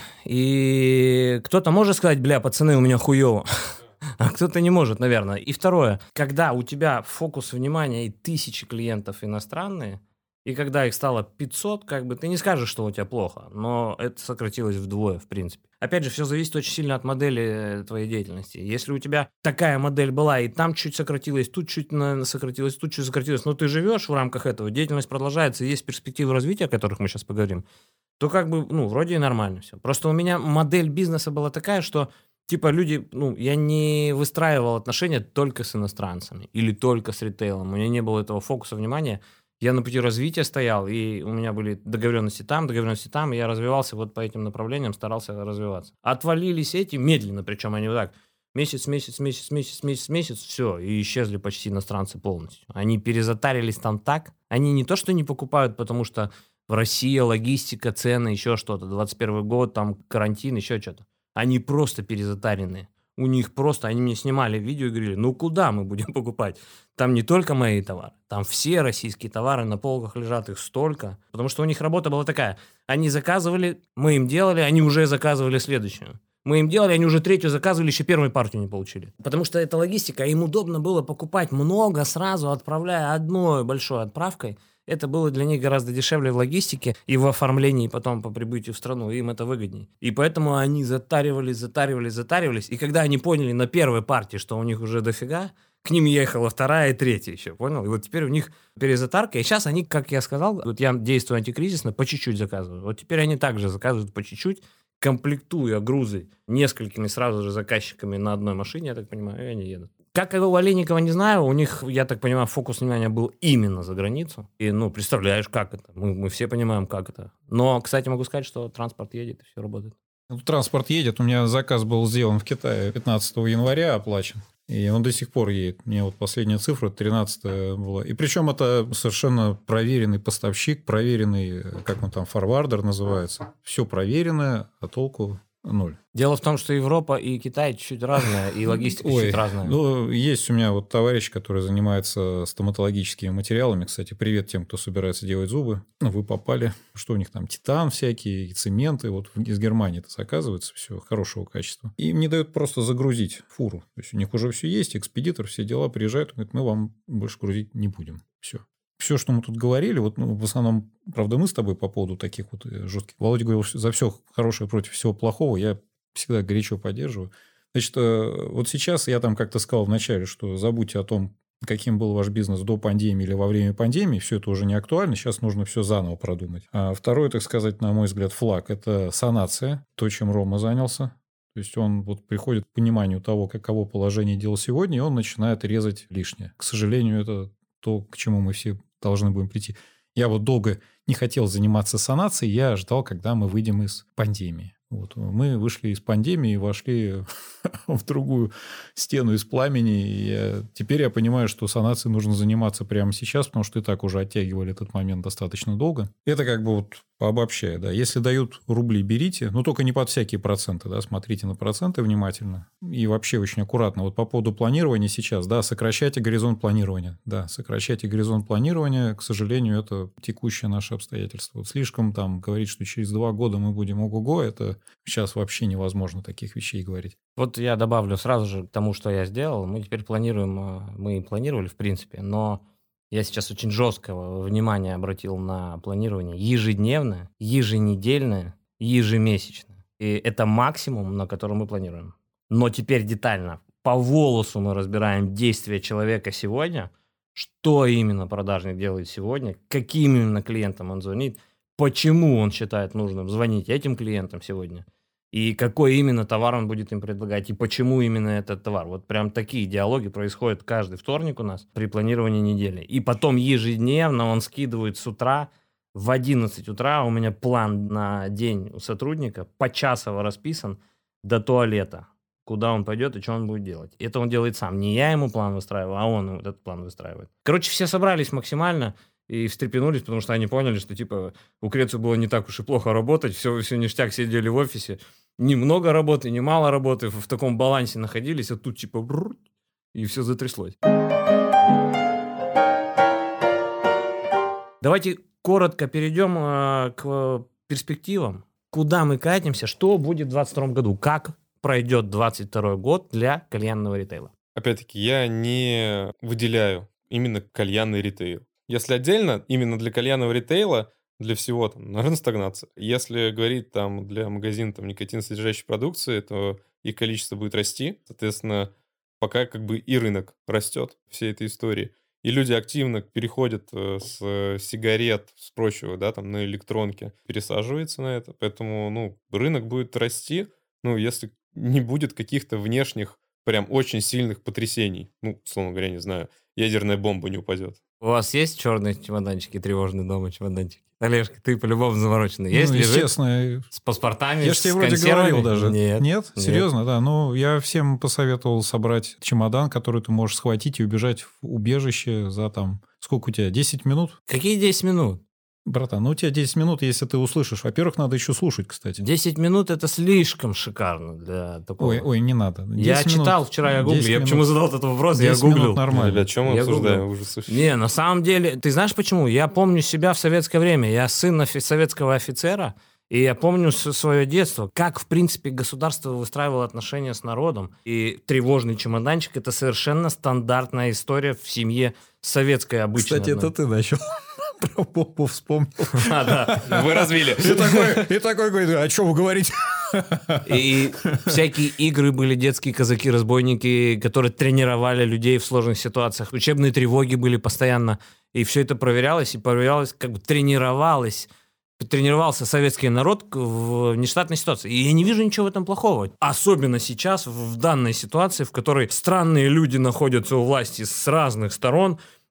И кто-то может сказать, бля, пацаны, у меня хуёво. А кто-то не может, наверное. И второе, когда у тебя фокус внимания и 1000 клиентов иностранные, и когда их стало 500, как бы ты не скажешь, что у тебя плохо, но это сократилось вдвое, в принципе. Опять же, все зависит очень сильно от модели твоей деятельности. Если у тебя такая модель была, и там чуть сократилось, тут чуть сократилось, тут чуть сократилось, но ты живешь в рамках этого, деятельность продолжается, есть перспективы развития, о которых мы сейчас поговорим, то как бы, ну, вроде и нормально все. Просто у меня модель бизнеса была такая, что типа люди, ну, я не выстраивал отношения только с иностранцами или только с ритейлом. У меня не было этого фокуса внимания. Я на пути развития стоял, и у меня были договоренности там, и я развивался вот по этим направлениям, старался развиваться. Отвалились эти медленно, причем они вот так. Месяц, все, и исчезли почти иностранцы полностью. Они перезатарились там так. Они не то, что не покупают, потому что в России логистика, цены, еще что-то. 21 год, там карантин, еще что-то. Они просто перезатаренные. У них просто, они мне снимали видео и говорили, ну куда мы будем покупать? Там не только мои товары, там все российские товары на полках лежат, их столько. Потому что у них работа была такая. Они заказывали, мы им делали, они уже заказывали следующую. Мы им делали, они уже третью заказывали, еще первую партию не получили. Потому что это логистика, им удобно было покупать много сразу, отправляя одной большой отправкой. Это было для них гораздо дешевле в логистике и в оформлении потом по прибытию в страну. Им это выгоднее. И поэтому они затаривались. И когда они поняли на первой партии, что у них уже дофига, к ним ехала вторая и третья еще, понял? И вот теперь у них перезатарка. И сейчас они, как я сказал, вот я действую антикризисно, по чуть-чуть заказываю. Вот теперь они также заказывают по чуть-чуть, комплектуя грузы несколькими сразу же заказчиками на одной машине, я так понимаю, и они едут. Как у Олейникова, не знаю, у них, я так понимаю, фокус внимания был именно за границу. И, ну, представляешь, как это. Мы все понимаем, как это. Но, кстати, могу сказать, что транспорт едет, и все работает. Транспорт едет. У меня заказ был сделан в Китае 15 января, оплачен. И он до сих пор едет. Мне вот последняя цифра 13 была. И причем это совершенно проверенный поставщик, проверенный, как он там, форвардер называется. Все проверено, а толку 0. Дело в том, что Европа и Китай чуть разная, и логистика чуть разная. Ну, есть у меня вот товарищ, который занимается стоматологическими материалами. Кстати, привет тем, кто собирается делать зубы. Ну, вы попали. Что у них там? Титан всякие, и цементы. Вот из Германии это заказывается все хорошего качества. И им не дают просто загрузить фуру. То есть у них уже все есть, экспедитор, все дела, приезжают, говорит, мы вам больше грузить не будем. Все, что мы тут говорили, вот, ну, в основном, правда, мы с тобой по поводу таких вот жестких. Володя говорил, что за все хорошее против всего плохого, я всегда горячо поддерживаю. Значит, вот сейчас я там как-то сказал вначале, что забудьте о том, каким был ваш бизнес до пандемии или во время пандемии, все это уже не актуально, сейчас нужно все заново продумать. А второй, так сказать, на мой взгляд, флаг – это санация, то, чем Рома занялся. То есть он вот приходит к пониманию того, каково положение дел сегодня, и он начинает резать лишнее. К сожалению, это то, к чему мы все должны будем прийти. Я вот долго не хотел заниматься санацией, я ждал, когда мы выйдем из пандемии. Вот. Мы вышли из пандемии и вошли в другую стену из пламени. И теперь я понимаю, что санацией нужно заниматься прямо сейчас, потому что и так уже оттягивали этот момент достаточно долго. Это как бы вот пообобщая, да. Если дают рубли, берите, но только не под всякие проценты, да, смотрите на проценты внимательно. И вообще очень аккуратно. Вот по поводу планирования сейчас, да, сокращайте горизонт планирования. Да, сокращайте горизонт планирования. К сожалению, это текущее наше обстоятельство. Вот слишком там говорить, что через 2 года мы будем ого-го, это сейчас вообще невозможно таких вещей говорить. Вот я добавлю сразу же к тому, что я сделал. Мы теперь планируем, мы планировали, в принципе, но я сейчас очень жесткого внимания обратил на планирование ежедневное, еженедельное, ежемесячное. И это максимум, на который мы планируем. Но теперь детально, по волосу мы разбираем действия человека сегодня, что именно продажник делает сегодня, каким именно клиентам он звонит, почему он считает нужным звонить этим клиентам сегодня, и какой именно товар он будет им предлагать, и почему именно этот товар. Вот прям такие диалоги происходят каждый вторник у нас при планировании недели. И потом ежедневно он скидывает с утра, в 11 утра у меня план на день у сотрудника, почасово расписан до туалета, куда он пойдет и что он будет делать. Это он делает сам. Не я ему план выстраиваю, а он этот план выстраивает. Короче, все собрались максимально и встрепенулись, потому что они поняли, что типа у Креции было не так уж и плохо работать, все ништяк, сидели в офисе, немного работы, не мало работы, в таком балансе находились, а тут типа и все затряслось. Давайте коротко перейдем к перспективам. Куда мы катимся, что будет в 2022 году, как пройдет 2022 год для кальянного ритейла. Опять-таки, я не выделяю именно кальянный ритейл. Если отдельно, именно для кальянного ритейла, для всего, там, наверное, стагнация. Если говорить там для магазина там, никотинсодержащей продукции, то их количество будет расти. Соответственно, пока как бы и рынок растет всей этой истории. И люди активно переходят с сигарет, с прочего, да, там, на электронки, пересаживаются на это. Поэтому, ну, рынок будет расти, ну, если не будет каких-то внешних, прям очень сильных потрясений. Ну, условно говоря, не знаю, ядерная бомба не упадет. У вас есть черные чемоданчики, тревожные дома чемоданчики? Олежка, ты по-любому замороченный. Есть, ну, лежит? Естественно. С паспортами, я же тебе вроде говорил даже. Нет. Нет? Серьезно, да. Ну, я всем посоветовал собрать чемодан, который ты можешь схватить и убежать в убежище за там... Сколько у тебя? 10 минут? Какие 10 минут? Братан, ну у тебя 10 минут, если ты услышишь. Во-первых, надо еще слушать, кстати. 10 минут – это слишком шикарно для такого. Ой, не надо. Я читал вчера, я гуглил. Я почему задал этот вопрос, я гуглил. Нормально. Ребят, что мы обсуждаем? Уже Не, на самом деле, ты знаешь почему? Я помню себя в советское время. Я сын советского офицера, и я помню свое детство, как, в принципе, государство выстраивало отношения с народом. И тревожный чемоданчик – это совершенно стандартная история в семье советской обычной. Кстати, это ты начал. Про попу вспомнил. Вы развили. И такой говорит, а что вы говорите? И всякие игры были, детские казаки-разбойники, которые тренировали людей в сложных ситуациях. Учебные тревоги были постоянно. И все это проверялось, как бы тренировался советский народ в нештатной ситуации. И я не вижу ничего в этом плохого. Особенно сейчас, в данной ситуации, в которой странные люди находятся у власти с разных сторон,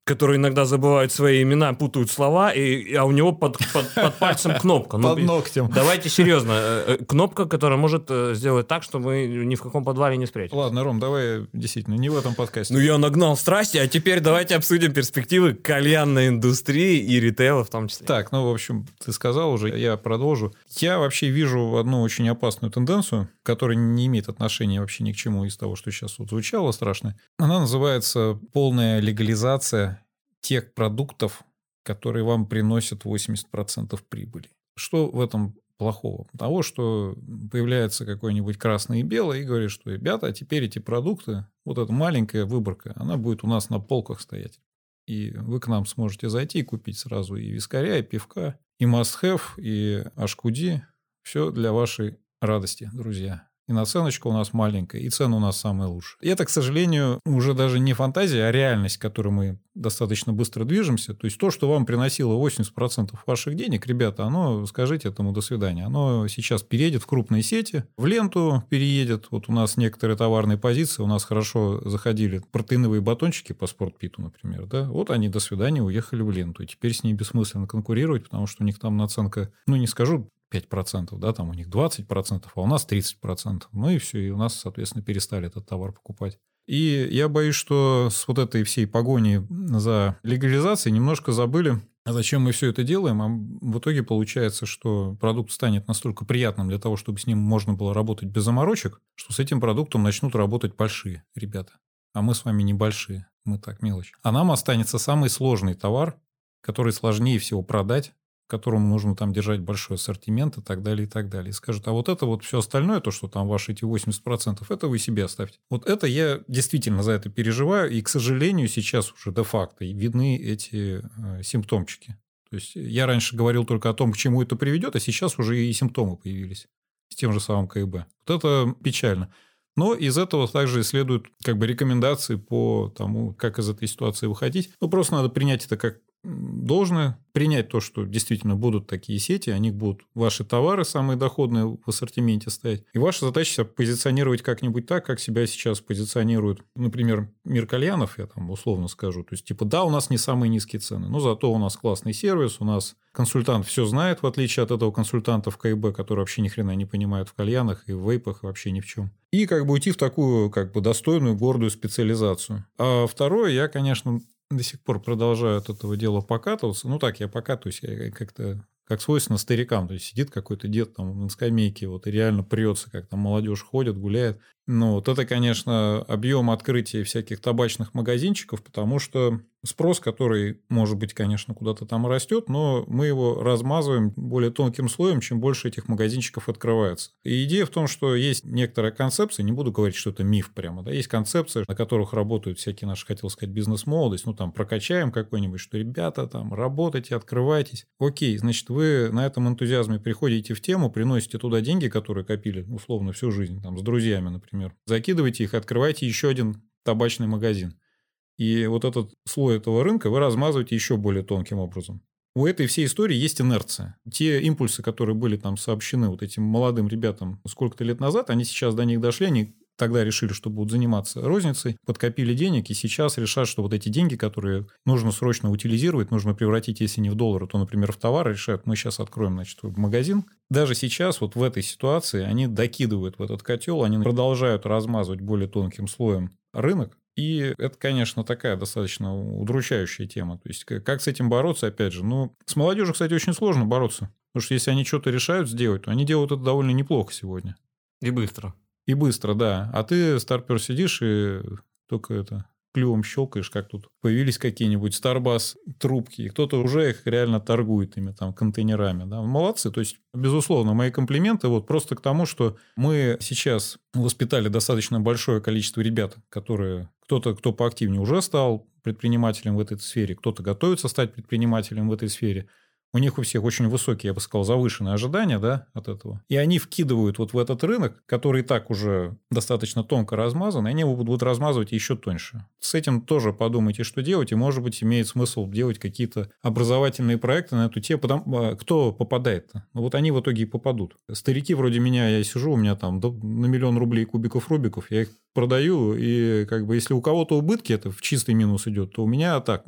которые иногда забывают свои имена, путают слова, а у него под пальцем кнопка. Под ногтем. Давайте серьезно. Кнопка, которая может сделать так, что мы ни в каком подвале не спрячемся. Ладно, Ром, давай действительно не в этом подкасте. Ну, я нагнал страсти, а теперь давайте обсудим перспективы кальянной индустрии и ритейла в том числе. Так, ну, в общем, ты сказал уже, я продолжу. Я вообще вижу одну очень опасную тенденцию, которая не имеет отношения вообще ни к чему из того, что сейчас вот звучало страшно. Она называется полная легализация тех продуктов, которые вам приносят 80% прибыли. Что в этом плохого? Того, что появляется какой-нибудь красный и белый и говорит, что, ребята, а теперь эти продукты, вот эта маленькая выборка, она будет у нас на полках стоять. И вы к нам сможете зайти и купить сразу и вискаря, и пивка, и must-have, и ашкуди. Все для вашей радости, друзья. И наценочка у нас маленькая, и цены у нас самые лучшие. И это, к сожалению, уже даже не фантазия, а реальность, к которой мы достаточно быстро движемся. То есть то, что вам приносило 80% ваших денег, ребята, оно, скажите этому до свидания, оно сейчас переедет в крупные сети, в ленту переедет. Вот у нас некоторые товарные позиции, у нас хорошо заходили протеиновые батончики по спортпиту, например. Да? Вот они до свидания уехали в ленту. И теперь с ней бессмысленно конкурировать, потому что у них там наценка, ну не скажу, 5%, да, там у них 20%, а у нас 30%. Ну и все, и у нас, соответственно, перестали этот товар покупать. И я боюсь, что с вот этой всей погоней за легализацией немножко забыли, зачем мы все это делаем, а в итоге получается, что продукт станет настолько приятным для того, чтобы с ним можно было работать без заморочек, что с этим продуктом начнут работать большие ребята. А мы с вами не большие, мы так мелочь. А нам останется самый сложный товар, который сложнее всего продать, которому нужно там держать большой ассортимент и так далее, и так далее. И скажут, а вот это вот все остальное, то, что там ваши эти 80%, это вы себе оставьте. Вот это я действительно за это переживаю, и, к сожалению, сейчас уже де-факто видны эти симптомчики. То есть я раньше говорил только о том, к чему это приведет, а сейчас уже и симптомы появились с тем же самым КИБ. Вот это печально. Но из этого также следуют как бы рекомендации по тому, как из этой ситуации выходить. Ну, просто надо принять это как должное, принять то, что действительно будут такие сети, они будут ваши товары самые доходные в ассортименте стоять. И ваша задача себя позиционировать как-нибудь так, как себя сейчас позиционирует, например, мир кальянов, я там условно скажу. То есть, типа, да, у нас не самые низкие цены, но зато у нас классный сервис, у нас консультант все знает, в отличие от этого консультанта в КИБ, который вообще ни хрена не понимает в кальянах и в вейпах, и вообще ни в чем. И как бы уйти в такую как бы достойную, гордую специализацию. А второе, я, конечно, до сих пор продолжаю от этого дела покатываться. Ну, так, я покатываюсь, я как-то, как свойственно старикам. То есть, сидит какой-то дед там на скамейке, вот, и реально прется, как там молодежь ходит, гуляет. Ну, вот это, конечно, объем открытия всяких табачных магазинчиков, потому что спрос, который, может быть, конечно, куда-то там растет, но мы его размазываем более тонким слоем, чем больше этих магазинчиков открывается. И идея в том, что есть некоторая концепция, не буду говорить, что это миф прямо, да, есть концепции, на которых работают всякие наши, хотел сказать, бизнес-молодость, ну, там, прокачаем какой-нибудь, что, ребята, там, работайте, открывайтесь. Окей, значит, вы на этом энтузиазме приходите в тему, приносите туда деньги, которые копили, условно, всю жизнь, там, с друзьями, например, закидывайте их, открывайте еще один табачный магазин. И вот этот слой этого рынка вы размазываете еще более тонким образом. У этой всей истории есть инерция. Те импульсы, которые были там сообщены вот этим молодым ребятам сколько-то лет назад, они сейчас до них дошли, они тогда решили, что будут заниматься розницей, подкопили денег, и сейчас решат, что вот эти деньги, которые нужно срочно утилизировать, нужно превратить, если не в доллары, то, например, в товар, решают, мы сейчас откроем, значит, магазин. Даже сейчас вот в этой ситуации они докидывают в этот котел, они продолжают размазывать более тонким слоем рынок. И это, конечно, такая достаточно удручающая тема. То есть, как с этим бороться, опять же. Ну, с молодежью, кстати, очень сложно бороться. Потому что если они что-то решают сделать, то они делают это довольно неплохо сегодня. И быстро. И быстро, да. А ты, старпер, сидишь и только это клювом щелкаешь, как тут появились какие-нибудь Starbucks трубки, и кто-то уже их реально торгует ими там контейнерами. Да? Молодцы. То есть, безусловно, мои комплименты вот просто к тому, что мы сейчас воспитали достаточно большое количество ребят, которые кто-то, кто поактивнее, уже стал предпринимателем в этой сфере, кто-то готовится стать предпринимателем в этой сфере. У них у всех очень высокие, я бы сказал, завышенные ожидания, да, от этого. И они вкидывают вот в этот рынок, который и так уже достаточно тонко размазан, и они его будут размазывать еще тоньше. С этим тоже подумайте, что делать, и, может быть, имеет смысл делать какие-то образовательные проекты на эту тему. Кто попадает-то? Ну, вот они в итоге и попадут. Старики вроде меня, я сижу, у меня там на 1 миллион рублей кубиков Рубиков, я их продаю, и как бы если у кого-то убытки, это в чистый минус идет, то у меня так, ну,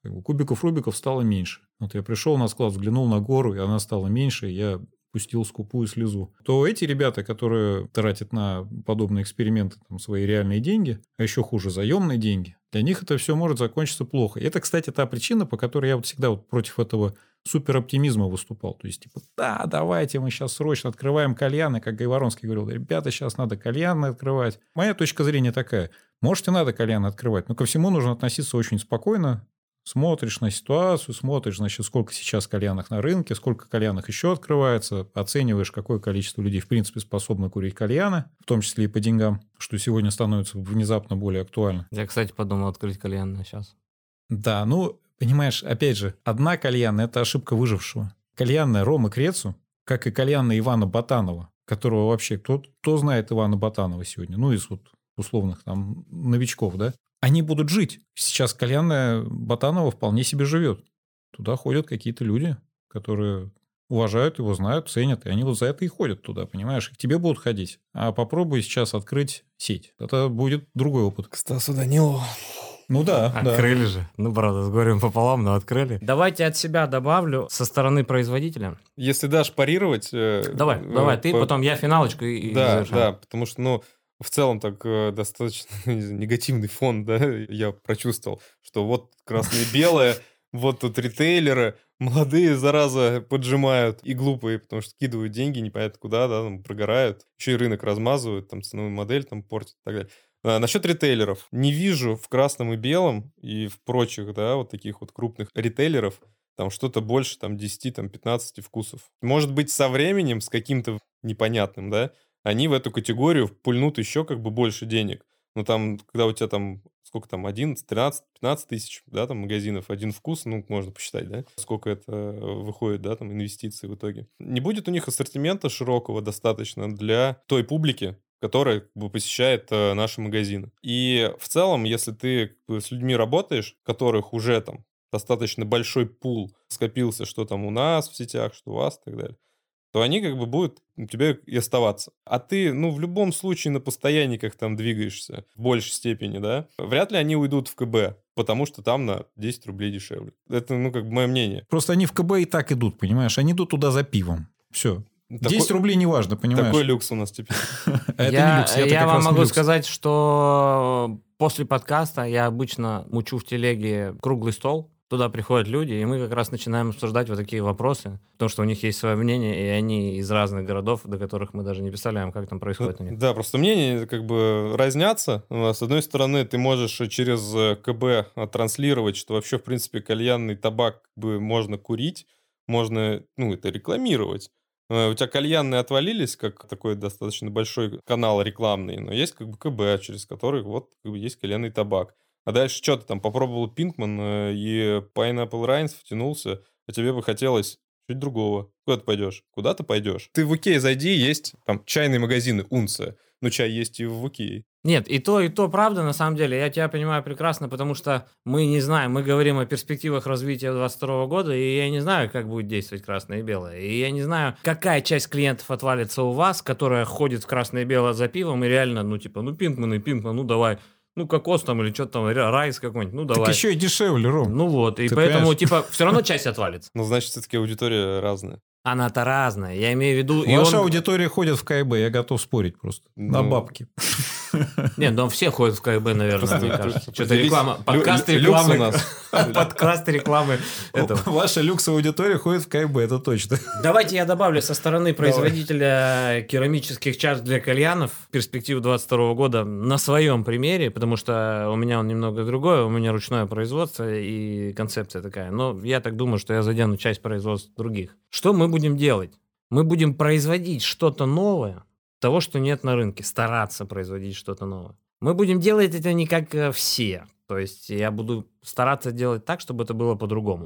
Как бы кубиков Рубиков стало меньше. Вот я пришел на склад, взглянул на гору, и она стала меньше, и я пустил скупую слезу. То эти ребята, которые тратят на подобные эксперименты там, свои реальные деньги, а еще хуже заемные деньги, для них это все может закончиться плохо. И это, кстати, та причина, по которой я вот всегда вот против этого супероптимизма выступал. То есть, типа, да, давайте мы сейчас срочно открываем кальяны, как Гайворонский говорил, ребята, сейчас надо кальяны открывать. Моя точка зрения такая. Может, и надо кальяны открывать, но ко всему нужно относиться очень спокойно. Смотришь на ситуацию, смотришь, значит, сколько сейчас кальянов на рынке, сколько кальянов еще открывается, оцениваешь, какое количество людей, в принципе, способно курить кальяны, в том числе и по деньгам, что сегодня становится внезапно более актуально. Я, кстати, подумал открыть кальянную сейчас. Да, ну, понимаешь, опять же, одна кальянная – это ошибка выжившего. Кальянная Ромы Крецу, как и кальянная Ивана Ботанова, которого вообще, кто знает Ивана Ботанова сегодня, ну, из вот условных там новичков, да? Они будут жить. Сейчас кальянная Ботанова вполне себе живет. Туда ходят какие-то люди, которые уважают его, знают, ценят, и они вот за это и ходят туда, понимаешь? И к тебе будут ходить. А попробуй сейчас открыть сеть. Это будет другой опыт. К Стасу Данилову. Ну да, Открыли же. Ну, правда, с горем пополам, но открыли. Давайте от себя добавлю со стороны производителя. Если дашь парировать... Давай, ты, потом я финалочку и Да, завершаем. да, потому что, ну, в целом так достаточно негативный фон, да, я прочувствовал, что вот красное и белое, вот тут ритейлеры, молодые, зараза, поджимают, и глупые, потому что скидывают деньги непонятно куда, да, там прогорают, еще и рынок размазывают, там ценовую модель там портят и так далее. Насчет ритейлеров. Не вижу в красном и белом и в прочих, да, вот таких вот крупных ритейлеров там что-то больше, там, 10, там, 15 вкусов. Может быть, со временем, с каким-то непонятным, да, они в эту категорию пульнут еще как бы больше денег. Ну, там, когда у тебя там, сколько там, 11, 13, 15 тысяч, да, там, магазинов, один вкус, ну, можно посчитать, да, сколько это выходит, да, там, инвестиций в итоге. Не будет у них ассортимента широкого достаточно для той публики, которая как бы посещает наши магазины. И в целом, если ты как бы с людьми работаешь, которых уже там достаточно большой пул скопился, что там у нас в сетях, что у вас и так далее, то они как бы будут у тебя и оставаться. А ты, ну, в любом случае на постоянниках там двигаешься в большей степени, да, вряд ли они уйдут в КБ, потому что там на 10 рублей дешевле. Это, ну, как бы мое мнение. Просто они в КБ и так идут, понимаешь? Они идут туда за пивом. Все. 10 рублей не важно, понимаешь? Такой люкс у нас теперь. Это не люкс. Я вам могу сказать, что после подкаста я обычно мучу в телеге круглый стол. Туда приходят люди, и мы как раз начинаем обсуждать вот такие вопросы, потому что у них есть свое мнение, и они из разных городов, до которых мы даже не представляем, как там происходит у них. Да, просто мнения как бы разнятся. С одной стороны, ты можешь через КБ транслировать, что вообще, в принципе, кальянный табак как бы можно курить, можно, ну, это рекламировать. У тебя кальянные отвалились, как такой достаточно большой канал рекламный, но есть как бы КБ, через который вот как бы есть кальянный табак. А дальше что ты там попробовал Пинкман и Pineapple Rinds втянулся, а тебе бы хотелось чуть другого. Куда ты пойдешь? Куда ты пойдешь? Ты в Икее зайди, есть там чайные магазины, Унция. Ну, чай есть и в Икее. Нет, и то, правда, на самом деле. Я тебя понимаю прекрасно, потому что мы не знаем, мы говорим о перспективах развития 2022 года, и я не знаю, как будет действовать красное и белое. И я не знаю, какая часть клиентов отвалится у вас, которая ходит в красное и белое за пивом, и реально, ну, типа, ну, Пинкман, ну, давай. Ну, кокос там или что-то там, райс какой-нибудь, ну, давай. Так еще и дешевле, Ром. Ну вот, и Ты поэтому, понимаешь? типа, все равно часть отвалится. Ну, значит, все-таки аудитория разная. Она-то разная, я имею в виду... Ваша аудитория ходит в КБ, я готов спорить просто. На бабки. Нет, но все ходят в КБ, наверное, мне кажется. Что-то Поделись. реклама, подкаст рекламы. Подкаст рекламы этого. Ваша люксовая аудитория ходит в КБ, это точно. Давайте я добавлю со стороны производителя керамических чаш для кальянов перспективу 2022 года на своем примере, потому что у меня он немного другой, у меня ручное производство и концепция такая. Но я так думаю, что я задену часть производств других. Что мы будем делать? Мы будем производить что-то новое, того, что нет на рынке, стараться производить что-то новое. Мы будем делать это не как все. То есть я буду стараться делать так, чтобы это было по-другому.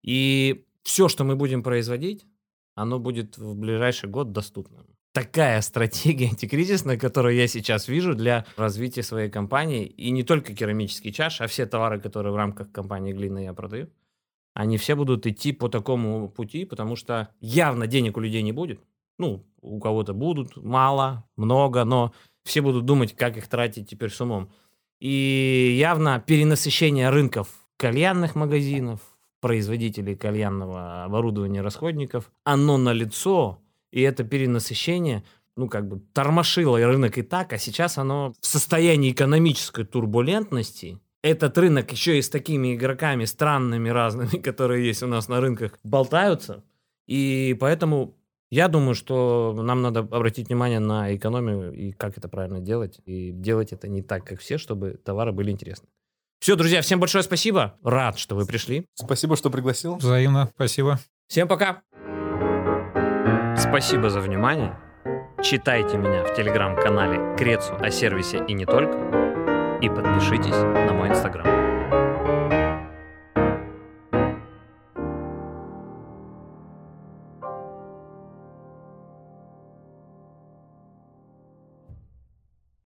И все, что мы будем производить, оно будет в ближайший год доступным. Такая стратегия антикризисная, которую я сейчас вижу для развития своей компании. И не только керамические чаши, а все товары, которые в рамках компании «Глина» я продаю, они все будут идти по такому пути, потому что явно денег у людей не будет. Ну, у кого-то будут мало, много, но все будут думать, как их тратить теперь с умом. И явно перенасыщение рынков кальянных магазинов, производителей кальянного оборудования, расходников, оно налицо, и это перенасыщение, тормошило рынок и так, а сейчас оно в состоянии экономической турбулентности. Этот рынок еще и с такими игроками странными разными, которые есть у нас на рынках, болтаются, и поэтому я думаю, что нам надо обратить внимание на экономию и как это правильно делать, и делать это не так, как все, чтобы товары были интересны. Все, друзья, всем большое спасибо. Рад, что вы пришли. Спасибо, что пригласил. Взаимно, спасибо. Всем пока. Спасибо за внимание. Читайте меня в телеграм-канале Крецу о сервисе и не только. И подпишитесь на мой инстаграм.